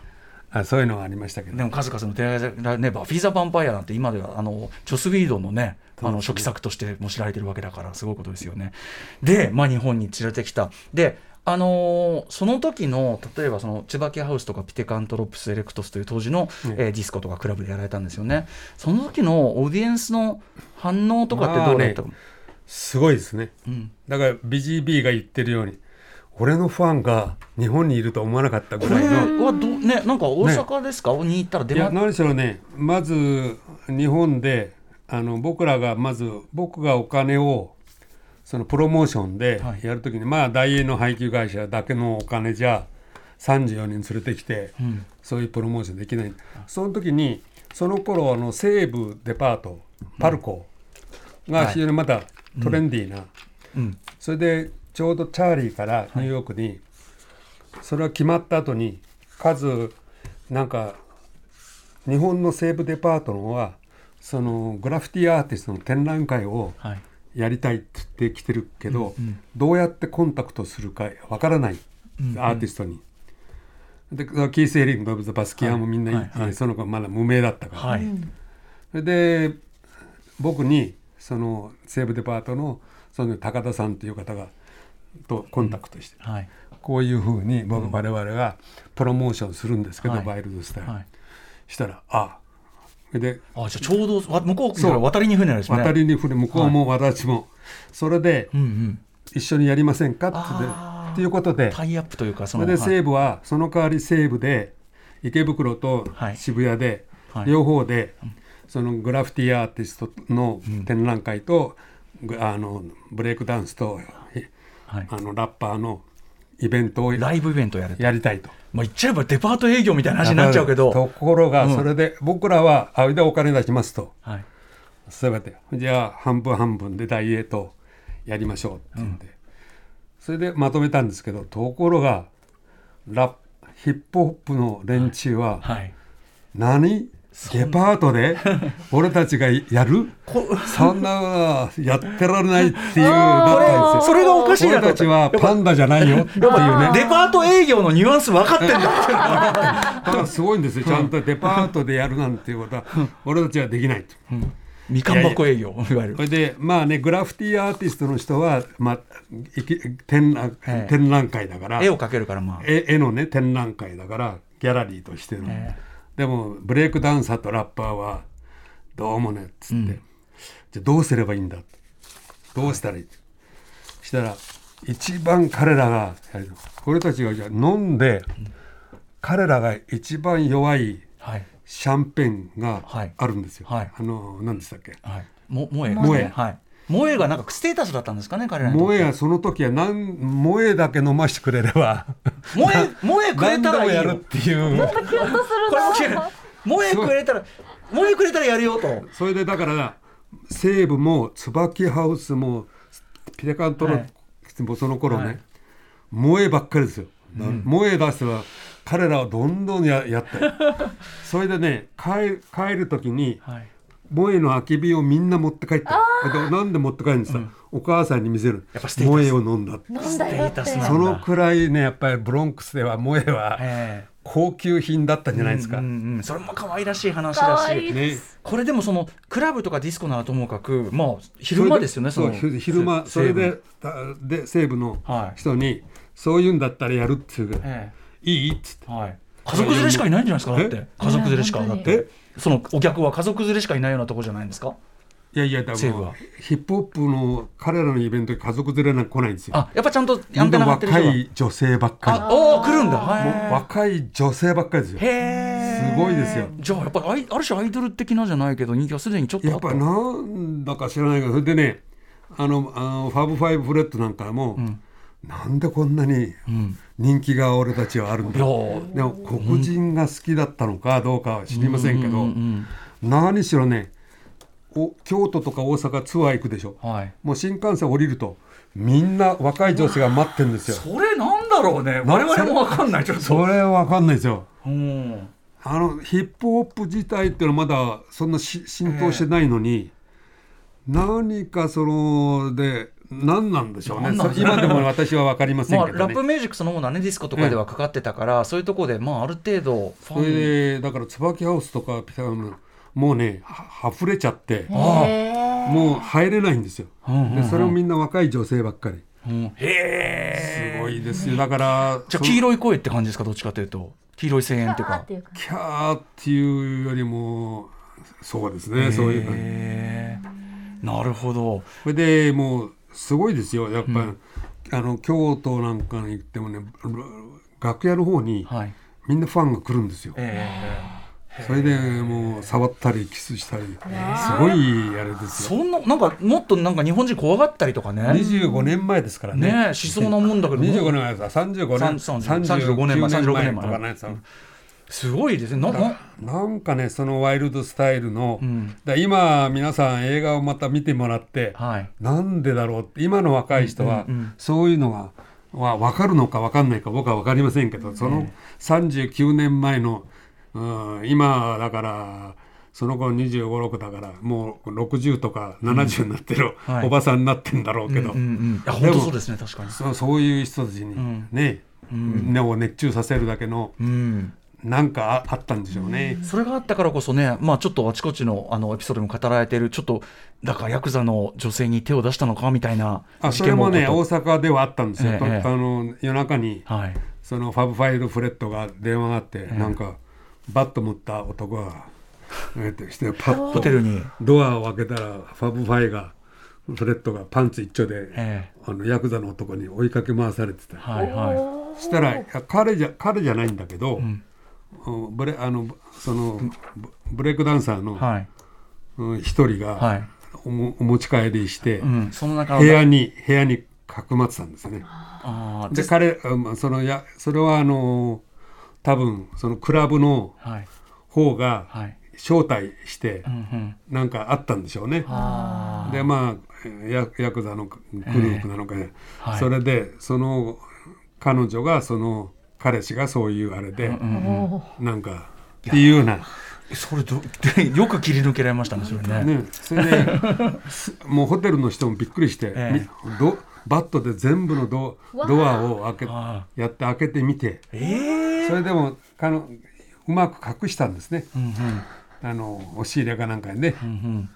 あそういうのがありましたけど、 でも数々の手がね、バフィー・ザ・ヴァンパイアなんて今ではあのジョス・ウィードンのねあの初期作としても知られてるわけだからすごいことですよね。で、まあ、日本に連れてきた。であのー、その時の例えばその椿ハウスとかピテカントロプスエレクトスという当時の、うんえー、ディスコとかクラブでやられたんですよね。その時のオーディエンスの反応とかってどうだったか、 まあね、すごいですね、うん、だから ビージービー が言ってるように俺のファンが日本にいると思わなかったぐらいの。 これはど、ね、なんか大阪ですか、ね、に行ったら出まいや何しろね、まず日本であの僕らがまず僕がお金をそのプロモーションでやるときに、はい、まあ大英の配給会社だけのお金じゃさんじゅうよにん連れてきて、うん、そういうプロモーションできない。その時にその頃あの西武デパートパルコが非常にまだトレンディーな、うんうん、それでちょうどチャーリーからニューヨークに、はい、それが決まった後に数なんか日本の西武デパートのはそのグラフィティアーティストの展覧会を、はいやりたいって言ってきてるけど、うんうん、どうやってコンタクトするかわからない、うんうん、アーティストにでキース・エリング・バスキアもみんな、はいはいはい、その子まだ無名だったから、はい、それで僕にその西武デパートのその高田さんという方がとコンタクトして、うんはい、こういうふうに僕、うん、我々がプロモーションするんですけど、はい、ワイルドスタイル、はい、したらあであじゃあちょうど向こうから渡りに船ですね。 渡りに船向こうも私も、はい、それで、うんうん、一緒にやりませんかってっていうことでタイアップというかそのそれで西武は、はい、その代わり西武で池袋と渋谷で、はい、両方で、はい、そのグラフィティアーティストの展覧会と、うん、あのブレイクダンスと、はい、あのラッパーのイベントをライブイベントをやるやりたいと。 まあ、言っちゃえばデパート営業みたいな話になっちゃうけどところがそれで僕らはあれでお金出しますと、はい、すべてじゃあ半分半分で大英とやりましょうって言って、うん、それでまとめたんですけどところがラップヒップホップの連中は、はいはい、何デパートで俺たちがやるそんなやってられないっていうなったんですよ。 それがおかしいなと。 俺たちはパンダじゃないよっていうね。 デパート営業のニュアンス分かってんだってだからすごいんですよ。ちゃんとデパートでやるなんていうことは俺たちはできないと、うん、 みかん箱営業いわゆる。 それでまあねグラフィティアーティストの人は、まあ、展覧、展覧会だから絵を描けるからまあ絵, 絵のね展覧会だからギャラリーとしての、でもブレイクダンサーとラッパーはどうもねっつって、うん、じゃあどうすればいいんだどうしたらいい、はい、したら一番彼らがやるの俺たちがじゃあ飲んで、うん、彼らが一番弱いシャンペンがあるんですよ、はいはい、あの何でしたっけ、はい、 も萌え萌え、はい、萌えがなんかステータスだったんですかね彼らにとって。 萌えはその時はなん萌えだけ飲ましてくれれば萌え萌えくれたらいいよ何でもやるっていうなんかキュンとするな萌えくれたら萌えくれたらやるよと。 それでだから西武も椿ハウスもピテカントの、はい、その頃ね、はい、萌えばっかりですよ、うん、萌え出したら彼らはどんどん や, やってそれでね 帰, 帰る時に、はい、萌えの空き瓶をみんな持って帰ってなんで持って帰るんですか、うん、お母さんに見せる萌えを飲んだってステータスなんだ。 そのくらいねやっぱりブロンクスでは萌えは高級品だったんじゃないですか、 うんうんうん、それも可愛らしい話だし、ね、これでもそのクラブとかディスコならともかく、まあ、昼間ですよね。 そのそう昼間それでで西武の人に、はい、そういうんだったらやるっていう、ええ、いいっつって、はい、 家族連れしかいないんじゃないですか。だって家族連れしかだってそのお客は家族連れしかいないようなところじゃないんですか。 いやいやだからヒップホップの彼らのイベントに家族連れなんか来ないんですよ。 あやっぱちゃんとアンテナ張ってる人が若い女性ばっかり。 あお来るんだ。 もう若い女性ばっかりですよ。へすごいですよ。 じゃあやっぱりある種アイドル的なじゃないけど人気はすでにちょっとあった。 やっぱなんだか知らないけどそれでねあのあのファブファイブフレットなんかも、うん、なんでこんなに人気が俺たちはあるんだ、うん、でも黒人が好きだったのかどうかは知りませんけど、うんうんうんうん、何しろねお京都とか大阪ツアー行くでしょ、はい、もう新幹線降りるとみんな若い女性が待ってるんですよ。 それなんだろうね我々も分かんない。ちょっとそれは分かんないですよ。うんあのヒップホップ自体っていうのはまだそんなし浸透してないのに、えー、何かそので何なんでしょうね。 なんなんそ今でも私は分かりませんけどね。 まあ、ラップミュージックそのものはねディスコとかではかかってたから、うん、そういうところで、まあ、ある程度ファンそれでだから椿ハウスとかピタゴンもうねは溢れちゃってもう入れないんですよ、うんうんうん、でそれもみんな若い女性ばっかり、うん、へすごいですよ。だからじゃあ黄色い声って感じですか。どっちかというと黄色い声援っていうかキャーっていうよりもそうですね、そういう感じ。 なるほど。 それでもうすごいですよやっぱり、うん、あの京都なんかに行ってもね楽屋の方にみんなファンが来るんですよ、えー、それでもう触ったりキスしたりすごいあれですよ。 そんななんかもっとなんか日本人怖がったりとかねにじゅうごねんまえですからねねしそうなもんだけどにじゅうごねんまえですさんじゅうごねんさんじゅうごねんまえとかね、 すごいですね。 な, なんかねそのワイルドスタイルの、うん、だ今皆さん映画をまた見てもらって、はい、なんでだろうって今の若い人は、うんうんうん、そういうのがは分かるのか分かんないか僕は分かりませんけど、そのさんじゅうきゅうねんまえの、うん、今だからその頃にじゅうご、ろくだからもうろくじゅうとかななじゅうになってる、うんはい、おばさんになってんだろうけど、うんうんうん、 いや本当そうですね。確かにそ, そういう人たちにね、うん、根を熱中させるだけの、うんなんか あ, あったんでしょうね。 それがあったからこそね、まあ、ちょっとあちこち の, あのエピソードにも語られているちょっとだからヤクザの女性に手を出したのかみたいなあそれもね大阪ではあったんですよ、ええ、あの夜中に、はい、そのファブファイルフレットが電話があって、え、なんかバット持った男がしてパッとホテルにドアを開けたらファブファイがフレットがパンツ一丁で、ええ、あのヤクザの男に追いかけ回されてた、はいはい、そしたら彼じゃ彼じゃないんだけど、うんブレあのそのブレイクダンサーの一人が お, お持ち帰りして、うん、その中の部屋に部屋にかくまってたんですね。あで彼そのやそれはあの多分そのクラブの方が招待して、はい、なんかあったんでしょうね、うんうん、でまあ ヤ, ヤクザのグループなのかね、えーはい、それでその彼女がその彼氏がそういうあれで、うんうんうん、なんかっていうようなそれどよく切り抜けられましたね。それね、ねそれでもうホテルの人もびっくりして、えー、どバットで全部の ド, ドアを開けやって開けてみて、えー、それでもかのうまく隠したんですね、うんうん、あの押し入れかなんかにね、うんうん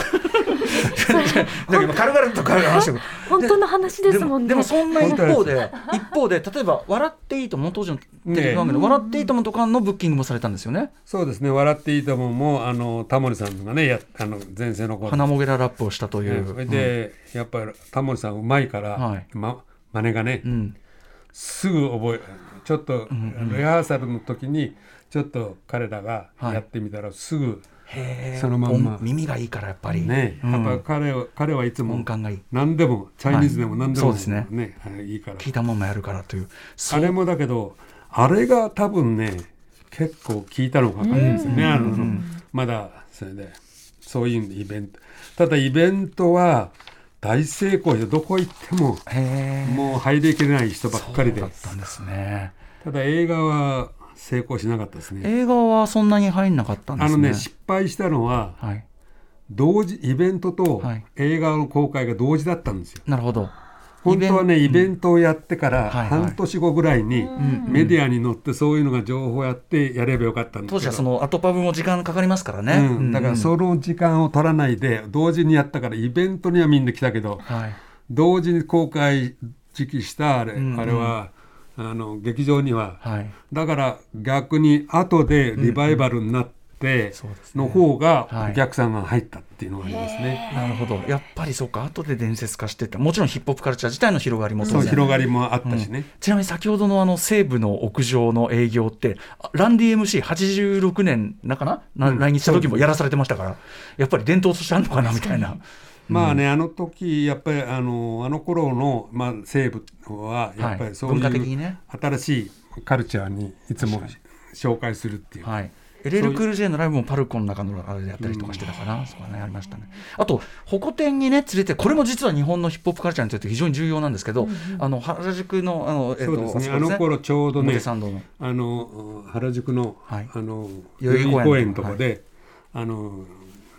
だけど軽々と軽々話して本当の話ですもんね。 でも、でもそんな一方で一方で例えば笑っていいとも当時のテレビ番組で笑っていいともとかのブッキングもされたんですよね。 そうですね。笑っていいとももあのタモリさんがねやあの前世の頃花もげらラップをしたという、 ね、で、うん、やっぱりタモリさんうまいから、はいま、真似がね、うん、すぐ覚えちょっとリハーサルの時にちょっと彼らがやってみたらすぐ、はいそのまんま耳がいいからやっぱりね、うん、やっぱ彼は彼はいつも何でもチャイニーズでも何でも、はい、そうですね、いいから聞いたまんまやるからというあれもだけどあれが多分ね結構聞いたのか分かんないですよね、うん、あの、うん、まだそれでそういうイベントただイベントは大成功でどこ行ってももう入りきれない人ばっかりでそうだったんですね。 ただ映画は成功しなかったですね。 映画はそんなに入んなかったんですね。 あのね失敗したのは、はい、同時イベントと映画の公開が同時だったんですよ。 なるほど。 本当はねイベントをやってから半年後ぐらいにメディアに載ってそういうのが情報やってやればよかったんですけど、 当時はその後パブも時間かかりますからね、 うん、だからその時間を取らないで同時にやったからイベントにはみんな来たけど、はい、同時に公開時期したあれ、うんうん、あれはあの劇場には、はい、だから逆に後でリバイバルになっての方がお客さんが入ったっていうのがありますね、 はい、なるほど。やっぱりそうか後で伝説化してったもちろんヒップホップカルチャー自体の広がりもそう広がりもあったしね、うん、 ちなみに先ほどのあの西部の屋上の営業ってランディ エムシーはちじゅうろくねんなかな、うん、来日した時もやらされてましたからやっぱり伝統としてあるのかなみたいなまあね、あの時やっぱりあのあの頃のまあ西部はやっぱりそういう、はいね、新しいカルチャーにいつも紹介するっていう、はい、 エルエル クール J のライブもパルコの中のあれでやったりとかしてたかな、うん、そうかねありましたね。あとホコ天にね連れてこれも実は日本のヒップホップカルチャーにとって非常に重要なんですけど、うんうん、あの原宿のあの、えっと、 そうですね、あの頃ちょうどねあの原宿の、はい、あの代々木公園のとこで、はい、あの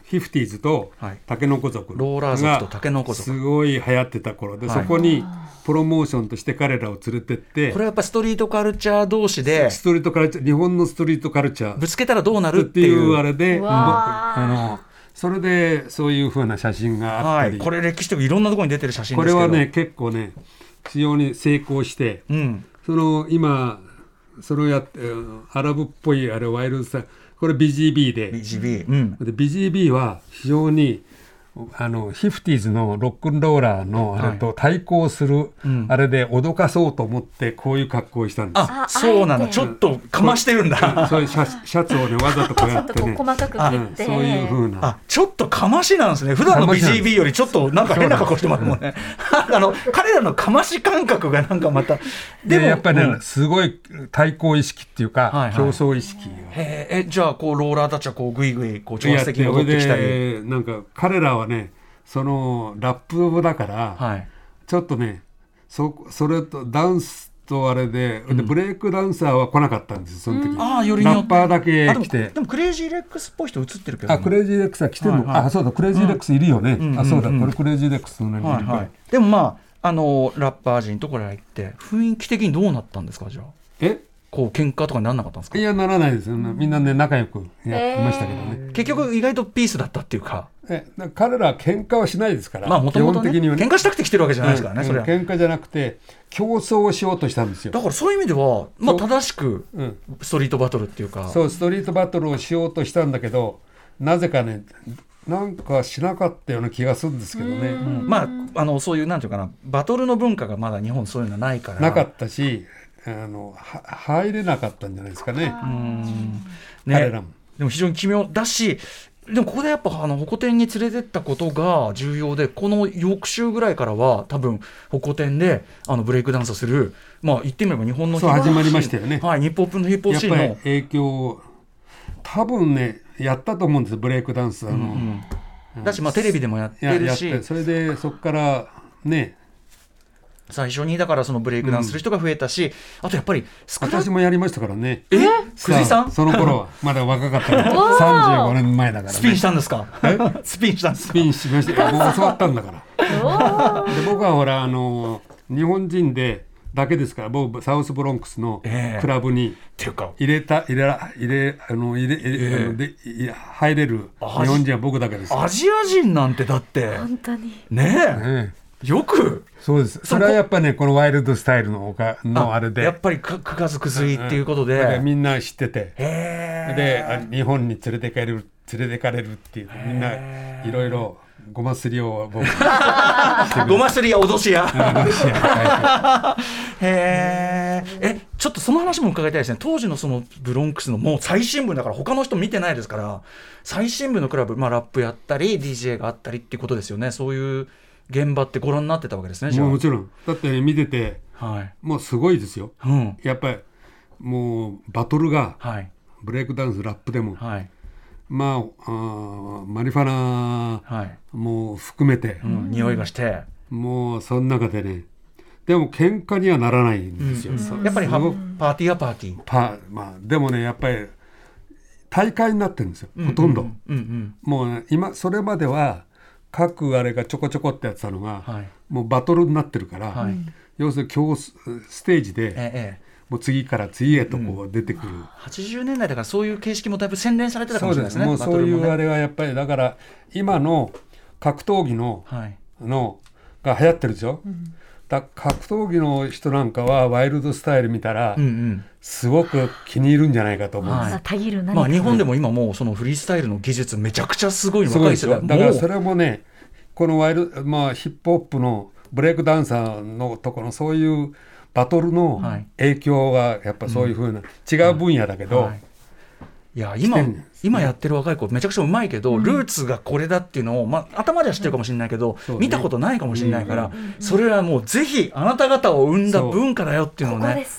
フィフティーズとはいタケノコ族ローラー族とタケノコ族すごい流行ってた頃で、 はいそこにプロモーションとして彼らを連れてってこれはやっぱストリートカルチャー同士でストリートカルチャー日本のストリートカルチャーぶつけたらどうなるっいってていううあれでうわあのそれでそういう風な写真があったり、 はい、これ歴史的いろんなところに出てる写真こですけどれはね結構ね非常に成功して、 うんその今それをやってうんアラブっぽいあれワイルドスタイルこれ ビージービー でビージービー、うん、 で ビージービー は非常にあのフィフティーズのロックンローラーのあれと対抗する、 うんあれで脅かそうと思ってこういう格好をしたんです。 あそうなんだ、ちょっとかましてるんだそういうシャシャツをねわざとこうちょっとこうやってね細かく切うんって、 そういう風なあちょっとかましなんですね。普段の ビージービー よりちょっとなんか変な格好してますもんね。あの彼らのかまし感覚がなんかまたでやっぱりね、 うんすごい対抗意識っていうか、 はいはい競争意識へーえじゃあこうローラーたちはこうグイグイこう挑やって発的に踊ってきたり、 でなんか彼らはねそのラップだから、 はい、 ちょっとね そ, それとダンスとあれで、でブレイクダンサーは来なかったんですその時、 ああよりによってラッパーだけあでも来てでもクレイジーレックスっぽい人映ってるけど、 あクレイジーレックスは来てるの、 はいはいあそうだクレイジーレックスいるよね、 うんあそうだ、 うんうんこれクレイジーレックスのね、 はいはい、でもまああのラッパー陣とこれ行って雰囲気的にどうなったんですかじゃあえこう喧嘩とかにならなかったんですかいやならないですよ、みんなね仲良くやってましたけどね、 結局意外とピースだったっていうかえだから彼らは喧嘩はしないですから、 まあもともとね基本的にはね喧嘩したくて来てるわけじゃないですからね、 うんそれは喧嘩じゃなくて競争をしようとしたんですよだからそういう意味では、まあ、 そう正しくうんストリートバトルっていうか、 そうストリートバトルをしようとしたんだけどなぜかねなんかしなかったような気がするんですけどね、 うんまああのそういうなんていうかなバトルの文化がまだ日本そういうのはないからなかったしあのは入れなかったんじゃないですかね、 うんね彼らもでも非常に奇妙だしでもここでやっぱあのホコ天に連れてったことが重要でこの翌週ぐらいからは多分ホコ天であのブレイクダンスをするまあ言ってみれば日本のそう始まりましたよねはい、日本のヒップホッやっぱりプシーンの影響を多分ねやったと思うんですブレイクダンスあの、 うんだしまあテレビでもやってややっるしてそれでそこからね最初にだからそのブレイクダンスする人が増えたし、あとやっぱりスクラッ私もやりましたからねえ久慈さんその頃はまだ若かったからさんじゅうごねんまえだからねスピンしたんですかスピンしたんですかスピンしましたもう教わったんだからで僕はほらあの日本人でだけですから僕サウスブロンクスのええクラブにっていうか入れた入れら入れあの入れ入れ、 ええあのでいや入れる日あ本人は僕だけですアジア人なんてだって本当にねえええよくそうですそれはやっぱねこのワイルドスタイルのおかのあれでやっぱりか9月くずいっていうことで、 だからみんな知っててへであ日本に連れてかれる連れてかれるっていうみんないろいろごますりを僕ーごますりや脅しやロシアにへーえちょっとその話も伺いたいですね。当時のそのブロンクスのもう最新聞だから他の人見てないですから最新聞のクラブ、まあ、ラップやったり ディージェー があったりっていうことですよね。そういう現場ってご覧になってたわけですね。じゃあもうもちろんだって見ててはいもうすごいですようんやっぱりもうバトルがはいブレイクダンスラップでもはいまああーマリファナはい、 も含めて、 うん、匂いがして、 もうその中でねでも喧嘩にはならないんですよ、 うんやっぱりはすごくパーティーはパーティーパまあでもねやっぱり大会になってるんですよ、ほとんど、 うんうんもう、ね、今それまでは各あれがちょこちょこってやってたのが、 はいもうバトルになってるから、 はい要するに競争ステージでええもう次から次へとこう出てくる、 はちじゅうねんだいだからそういう形式もだいぶ洗練されてたかもしれないですね。 もうそうバトルもねいうあれはやっぱりだから今の格闘技のはいのが流行ってるでしょ、だ格闘技の人なんかはワイルドスタイル見たら、 うんうんすごく気に入るんじゃないかと思うんです、 はいたぎる何か、 まあ、日本でも今もうそのフリースタイルの技術めちゃくちゃすごいのすごいでしょ若い世代もうだからそれもねこのワイル、まあ、ヒップホップのブレイクダンサーのところのそういうバトルのはい影響がやっぱそういうふうな、違う分野だけど、 はいいや今来てんね今やってる若い子めちゃくちゃうまいけど、ルーツがこれだっていうのを、まあ、頭では知ってるかもしれないけど、 そうね見たことないかもしれないから、それはもうぜひあなた方を生んだ文化だよっていうのをねここです。 う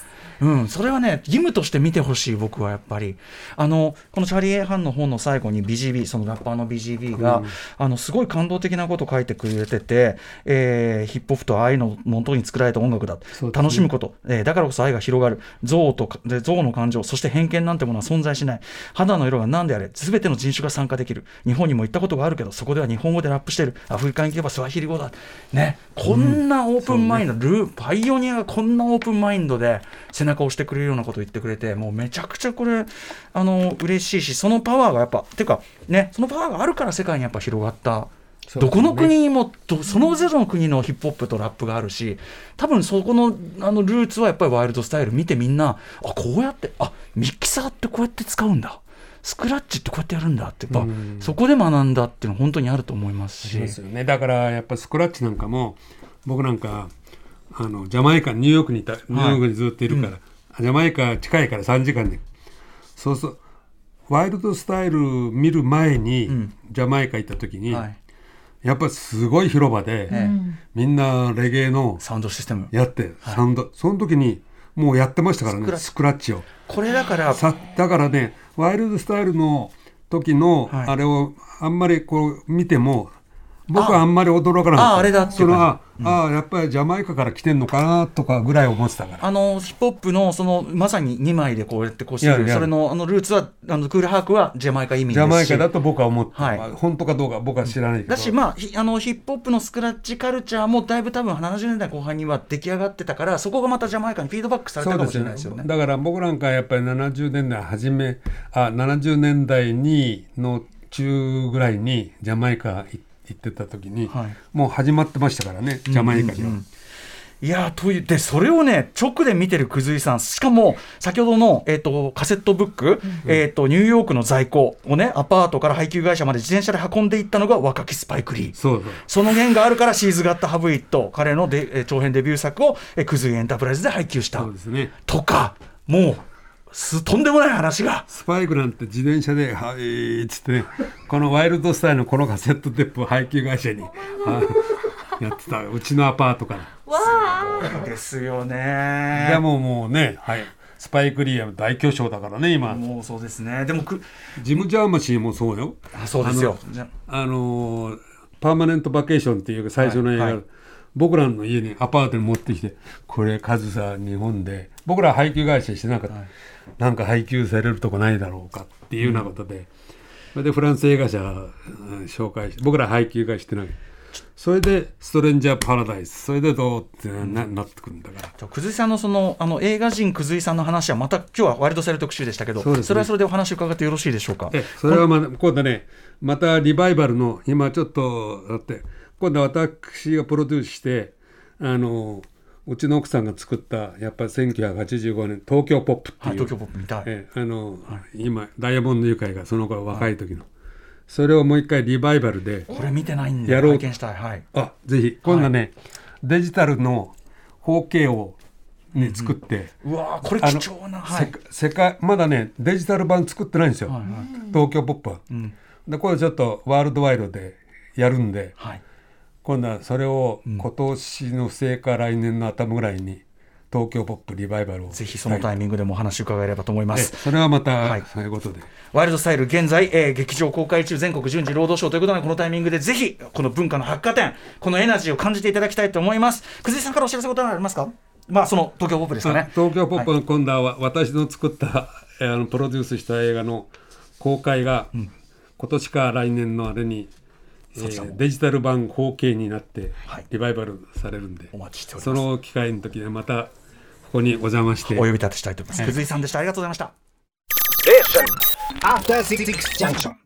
うん、それはね義務として見てほしい。僕はやっぱりあのこのチャーリー・エイ・ハンの本の最後に ビージービー そのラッパーの ビージービー が、うん、あのすごい感動的なことを書いてくれてて、えー、ヒップホップと愛の元に作られた音楽だ、ね、楽しむこと、えー、だからこそ愛が広がる。憎悪とで憎悪の感情、そして偏見なんてものは存在しない。肌の色が何であれ全ての人種が参加できる。日本にも行ったことがあるけどそこでは日本語でラップしている。アフリカに行けばスワヒリ語だ、ね、こんなオープンマインド、うん、ルーパイオニアがこんなオープンマインドで背中を押してくれるようなことを言ってくれて、もうめちゃくちゃこれあの嬉しいし、そのパワーがやっぱてかね、そのパワーがあるから世界にやっぱ広がった。どこの国にもそのゼロの国のヒップホップとラップがあるし、多分そこのあのルーツはやっぱりワイルドスタイル見てみんな、あこうやってあミキサーってこうやって使うんだ、スクラッチってこうやってやるんだってやっぱそこで学んだっていうのは本当にあると思いますし、 ですよね。だからやっぱスクラッチなんかも僕なんかあのジャマイカニューヨークにいたニューヨークにずっといるから、はいうん、ジャマイカ近いからさんじかんで、そうそうワイルドスタイル見る前に、うん、ジャマイカ行った時に、はい、やっぱすごい広場で、うん、みんなレゲエのサウンドシステムやって、はい、サウンドその時にもうやってましたからね、スクラッチを。 これだからさだからねワイルドスタイルの時のあれをあんまりこう見ても僕はあんまり驚かなかった。 ああ、あれだっていうか、 そのああやっぱりジャマイカから来てんのかなとかぐらい思ってたから、 あのヒップホップのそのまさににまいでこうやってこうしてる、それのあのルーツはあのクールハークはジャマイカ移民ですし、 ジャマイカだと僕は思って、 はい、 本当かどうか僕は知らないけど、 だし、まあ、あのヒップホップのスクラッチカルチャーもだいぶ多分ななじゅうねんだいこう半には出来上がってたから、そこがまたジャマイカにフィードバックされたかもしれないですよね。 だから僕なんかやっぱりななじゅうねんだい初めあななじゅうねんだいにの中ぐらいにジャマイカ行って行ってた時に、はい、もう始まってましたからね、ジャマイカには、うんうんうん、 いやというでそれをね直で見てるくずいさん、しかも先ほどの、えー、とカセットブック、うんえー、とニューヨークの在庫をねアパートから配給会社まで自転車で運んでいったのが若きスパイクリー。 そうそう、 その縁があるからシーズガッタハブイット、彼ので、えー、長編デビュー作を、えー、くずいエンタープライズで配給した。 そうですね、 とかもうとんでもない話が、 スパイクなんて自転車ではいっつってねこのワイルドスタイルのこのカセットテープを配給会社にやってたうちのアパートから。 わーですよね。 でももうね、はい、スパイクリーは大巨匠だからね今。 もうそうですね。でもくジム・ジャーマシーもそうよ。 あそうですよ。 あの、あのパーマネントバケーションっていう最初の映画、はいはい、僕らの家にアパートに持ってきて、これ数さ日本で僕ら配給会社してなかった、はい、なんか配給されるとこないだろうかっていうようなことで、うん、それでフランス映画社、うん、紹介して僕ら配給会してない、それでストレンジャーパラダイス、それでどうって な,、うん、なってくるんだから。 くずいさんのそのあの映画人くずいさんの話はまた今日はワイルドスタイル特集でしたけど、 そ,、ね、それはそれでお話伺ってよろしいでしょうか。 えそれは、ま、今度ねまたリバイバルの今ちょっとだって今度は私がプロデュースしてあのうちの奥さんが作ったやっぱりせんきゅうひゃくはちじゅうごねん東京ポップっていう、はい、 東京ポップ見たい、 えあの、はい、今ダイヤモンドユカイがその頃若い時の、はい、それをもう一回リバイバルでこれ見てないんでやろう拝見したい、はい、 あぜひ今度はね、はい、デジタルの フォーケー を、ねうんうん、作って、 うわこれ貴重な、はい、 世界まだねデジタル版作ってないんですよ、はいはい、東京ポップは、うん、でこれちょっとワールドワイドでやるんで、はい、今度はそれを今年の末か来年の頭ぐらいに東京ポップリバイバルをぜひそのタイミングでもお話伺えればと思います。 それはまた、はい、そういうことでワイルドスタイル現在、えー、劇場公開中、全国順次労働省ということでこのタイミングでぜひこの文化の百貨店このエナジーを感じていただきたいと思います。くずいさんからお知らせことはありますか。まあその東京ポップですかね。 東京ポップの今度は私の作った、はい、あのプロデュースした映画の公開が、うん、今年か来年のあれにえー、デジタル版 フォーケー になってリバイバルされるんで、はい、 お待ちしております。 その機会の時でまたここにお邪魔してお呼び立てしたいと思います。くずいさんでした。ありがとうございました。 After Six Junction